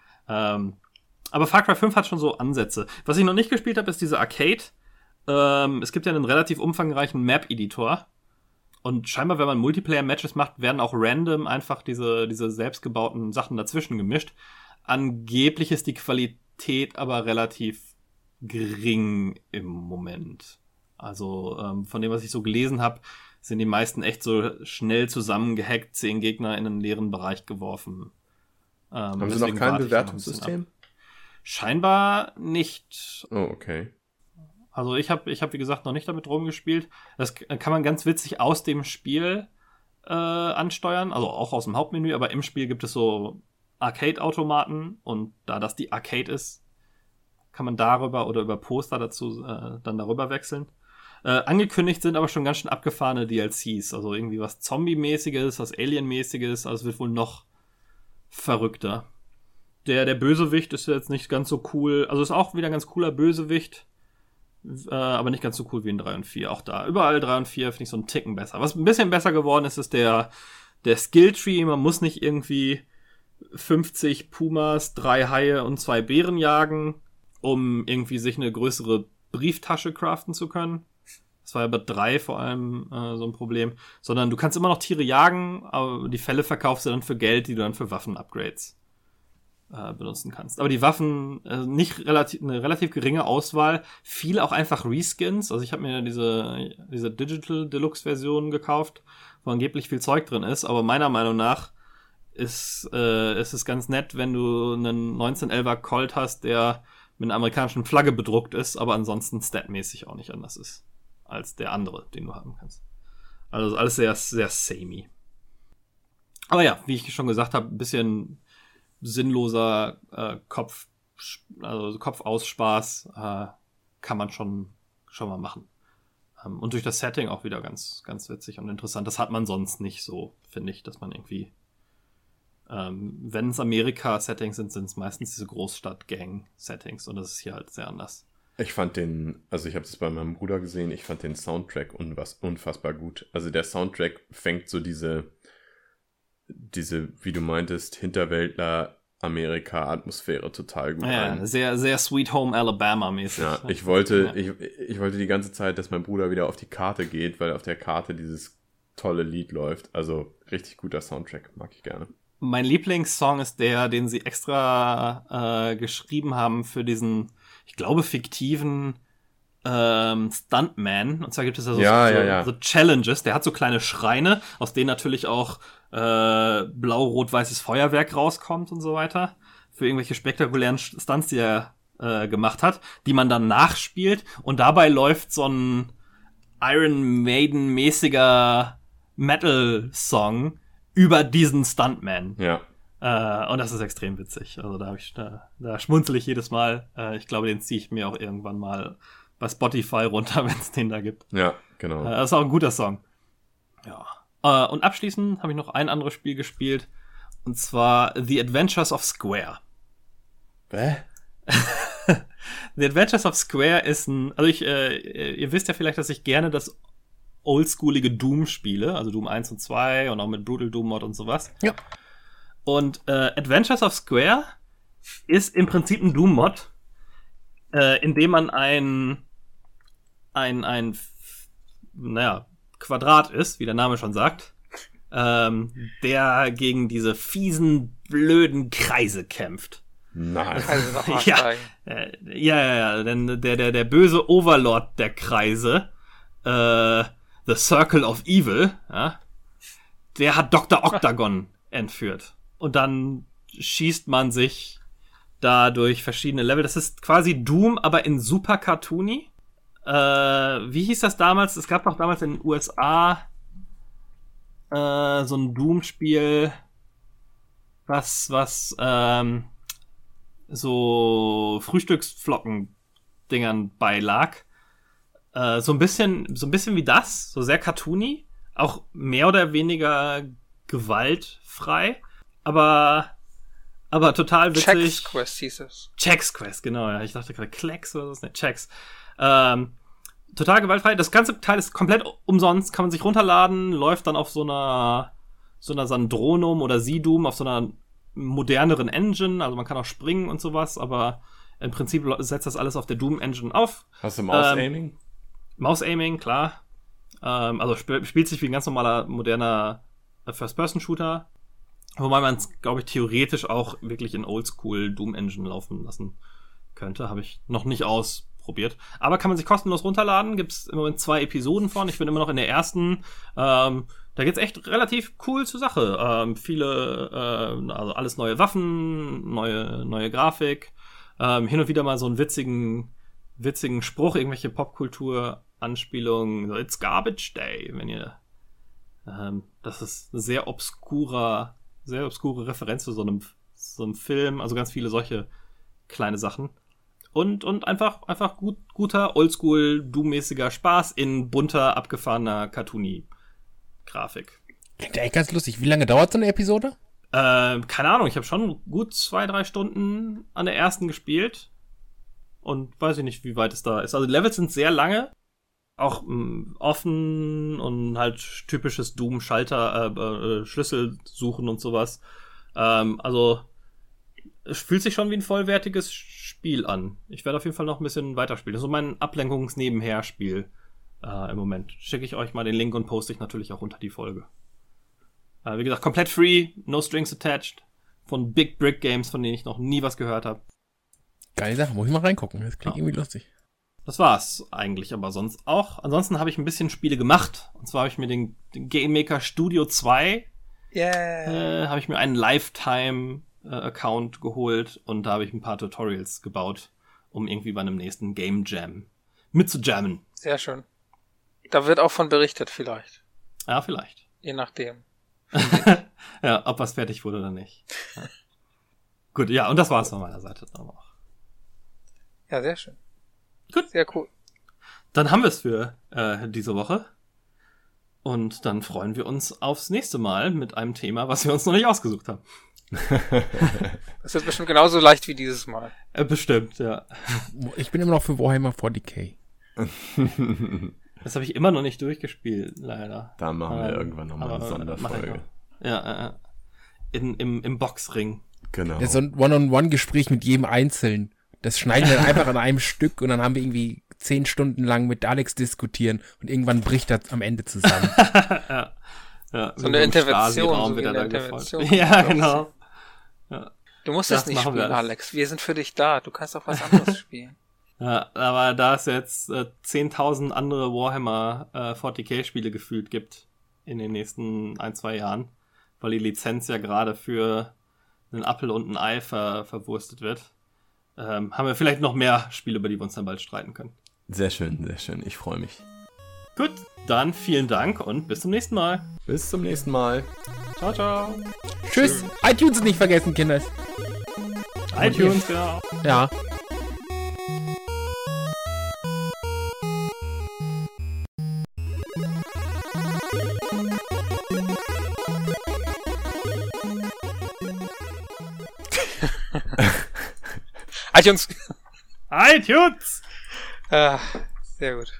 Aber Far Cry 5 hat schon so Ansätze. Was ich noch nicht gespielt habe, ist diese Arcade. Es gibt ja einen relativ umfangreichen Map-Editor. Und scheinbar, wenn man Multiplayer-Matches macht, werden auch random einfach diese selbstgebauten Sachen dazwischen gemischt. Angeblich ist die Qualität aber relativ gering im Moment. Also von dem, was ich so gelesen habe, sind die meisten echt so schnell zusammengehackt, 10 Gegner in einen leeren Bereich geworfen. Haben sie noch kein Bewertungssystem? Scheinbar nicht. Oh, okay. Also ich hab, wie gesagt, noch nicht damit rumgespielt. Das kann man ganz witzig aus dem Spiel ansteuern, also auch aus dem Hauptmenü, aber im Spiel gibt es so Arcade-Automaten und da das die Arcade ist, kann man darüber oder über Poster dazu dann darüber wechseln. Angekündigt sind aber schon ganz schön abgefahrene DLCs, also irgendwie was Zombie-mäßiges, was Alien-mäßiges, also es wird wohl noch verrückter. Der Bösewicht ist jetzt nicht ganz so cool, also ist auch wieder ein ganz cooler Bösewicht, aber nicht ganz so cool wie in 3 und 4, auch da. Überall 3 und 4 finde ich so einen Ticken besser. Was ein bisschen besser geworden ist, ist der Skilltree, man muss nicht irgendwie 50 Pumas, 3 Haie und 2 Bären jagen, um irgendwie sich eine größere Brieftasche craften zu können. Das war ja bei 3 vor allem so ein Problem. Sondern du kannst immer noch Tiere jagen, aber die Felle verkaufst du dann für Geld, die du dann für Waffen-Upgrades benutzen kannst. Aber die Waffen, eine relativ geringe Auswahl. Viele auch einfach Reskins. Also ich habe mir diese Digital Deluxe Version gekauft, wo angeblich viel Zeug drin ist. Aber meiner Meinung nach ist es ganz nett, wenn du einen 1911er Colt hast, der mit einer amerikanischen Flagge bedruckt ist, aber ansonsten statmäßig auch nicht anders ist als der andere, den du haben kannst. Also alles sehr, sehr samey. Aber ja, wie ich schon gesagt habe, ein bisschen sinnloser Kopfausspaß kann man schon mal machen. Und durch das Setting auch wieder ganz, ganz witzig und interessant. Das hat man sonst nicht so, finde ich, dass man irgendwie, wenn es Amerika-Settings sind, sind es meistens diese Großstadt-Gang-Settings und das ist hier halt sehr anders. Ich fand ich habe das bei meinem Bruder gesehen, ich fand den Soundtrack unfassbar gut. Also der Soundtrack fängt so diese, wie du meintest, Hinterwäldler-Amerika-Atmosphäre total gut ein. Ja, sehr, sehr Sweet Home Alabama-mäßig. Ja, ich wollte die ganze Zeit, dass mein Bruder wieder auf die Karte geht, weil auf der Karte dieses tolle Lied läuft. Also richtig guter Soundtrack, mag ich gerne. Mein Lieblingssong ist der, den sie extra geschrieben haben für diesen, ich glaube, fiktiven Stuntman. Und zwar gibt es so Challenges. Der hat so kleine Schreine, aus denen natürlich auch blau-rot-weißes Feuerwerk rauskommt und so weiter. Für irgendwelche spektakulären Stunts, die er gemacht hat, die man dann nachspielt. Und dabei läuft so ein Iron Maiden-mäßiger Metal-Song über diesen Stuntman. Ja. Und das ist extrem witzig. Also da schmunzel ich jedes Mal. Ich glaube, den ziehe ich mir auch irgendwann mal bei Spotify runter, wenn es den da gibt. Ja, genau. Das ist auch ein guter Song. Ja. Und abschließend habe ich noch ein anderes Spiel gespielt. Und zwar The Adventures of Square. The Adventures of Square ist ihr wisst ja vielleicht, dass ich gerne das oldschoolige Doom spiele, also Doom 1 und 2 und auch mit Brutal Doom Mod und sowas. Ja. Und Adventures of Square ist im Prinzip ein Doom Mod, in dem man ein Quadrat ist, wie der Name schon sagt, der gegen diese fiesen, blöden Kreise kämpft. Nein. Also noch Ja, denn der böse Overlord der Kreise, The Circle of Evil, ja, der hat Dr. Octagon entführt. Und dann schießt man sich da durch verschiedene Level. Das ist quasi Doom, aber in super cartoony. Wie hieß das damals? Es gab doch damals in den USA so ein Doom-Spiel, was so Frühstücksflocken-Dingern beilag. So ein bisschen wie das, so sehr cartoony, auch mehr oder weniger gewaltfrei, aber total witzig. Chex Quest hieß es. Chex Quest, genau, ja. Ich dachte gerade Klecks oder so, ne, Chex. Total gewaltfrei. Das ganze Teil ist komplett umsonst, kann man sich runterladen, läuft dann auf so einer Sandronum oder Sidum, auf so einer moderneren Engine, also man kann auch springen und sowas, aber im Prinzip setzt das alles auf der Doom-Engine auf. Hast du Mouse-Aiming? Mouse-Aiming, klar. Also spielt sich wie ein ganz normaler, moderner First-Person-Shooter, wobei man es, glaube ich, theoretisch auch wirklich in Oldschool Doom-Engine laufen lassen könnte. Habe ich noch nicht ausprobiert. Aber kann man sich kostenlos runterladen. Gibt es im Moment 2 Episoden von. Ich bin immer noch in der ersten. Da geht's echt relativ cool zur Sache. Also alles neue Waffen, neue Grafik. Hin und wieder mal so einen witzigen Spruch, irgendwelche Popkultur-Anspielungen. So, It's Garbage Day, wenn ihr. Das ist eine sehr obskure Referenz zu so einem Film. Also ganz viele solche kleine Sachen. Und einfach guter, oldschool, Doom-mäßiger Spaß in bunter, abgefahrener Cartoony-Grafik. Klingt ja echt ganz lustig. Wie lange dauert so eine Episode? Keine Ahnung, ich habe schon gut 2-3 Stunden an der ersten gespielt. Und weiß ich nicht, wie weit es da ist. Also die Levels sind sehr lange. Auch offen und halt typisches Doom-Schalter, Schlüssel suchen und sowas. Also es fühlt sich schon wie ein vollwertiges Spiel an. Ich werde auf jeden Fall noch ein bisschen weiterspielen. Das ist so mein Ablenkungs-Nebenher-Spiel im Moment. Schicke ich euch mal den Link und poste ich natürlich auch unter die Folge. Wie gesagt, komplett free, no strings attached. Von Big Brick Games, von denen ich noch nie was gehört habe. Geile Sache, muss ich mal reingucken. Das klingt irgendwie lustig. Das war's eigentlich, aber sonst auch. Ansonsten habe ich ein bisschen Spiele gemacht. Und zwar habe ich mir den Game Maker Studio 2 habe ich mir einen Lifetime-Account geholt und da habe ich ein paar Tutorials gebaut, um irgendwie bei einem nächsten Game Jam mitzujammen. Sehr schön. Da wird auch von berichtet vielleicht. Ja, vielleicht. Je nachdem. Ja, ob was fertig wurde oder nicht. Ja. Gut, ja, und das war's von meiner Seite dann auch. Ja, sehr schön. Gut. Sehr cool. dann haben wir es für diese Woche. Und dann freuen wir uns aufs nächste Mal mit einem Thema, was wir uns noch nicht ausgesucht haben. Das wird bestimmt genauso leicht wie dieses Mal. Bestimmt, ja. Ich bin immer noch für Warhammer 40k. Das habe ich immer noch nicht durchgespielt, leider. Da machen wir irgendwann nochmal eine Sonderfolge. Ja, im Boxring. Genau. Das ist so ein One-on-One-Gespräch mit jedem Einzelnen. Das schneiden wir einfach an einem Stück und dann haben wir irgendwie 10 Stunden lang mit Alex diskutieren und irgendwann bricht das am Ende zusammen. Ja, so eine Intervention. Wird eine Intervention. Ja, genau. Ja. Du musst es nicht spielen, Alex. Wir sind für dich da. Du kannst auch was anderes spielen. Ja, aber da es jetzt 10.000 andere Warhammer 40k-Spiele gefühlt gibt in den nächsten 1-2 Jahren, weil die Lizenz ja gerade für einen Apfel und ein Ei verwurstet wird, haben wir vielleicht noch mehr Spiele, über die wir uns dann bald streiten können. Sehr schön, sehr schön. Ich freue mich. Gut, dann vielen Dank und bis zum nächsten Mal. Bis zum nächsten Mal. Ciao, ciao. Tschüss. iTunes nicht vergessen, Kinder. iTunes, genau. Ja. iTunes! iTunes! Sehr gut.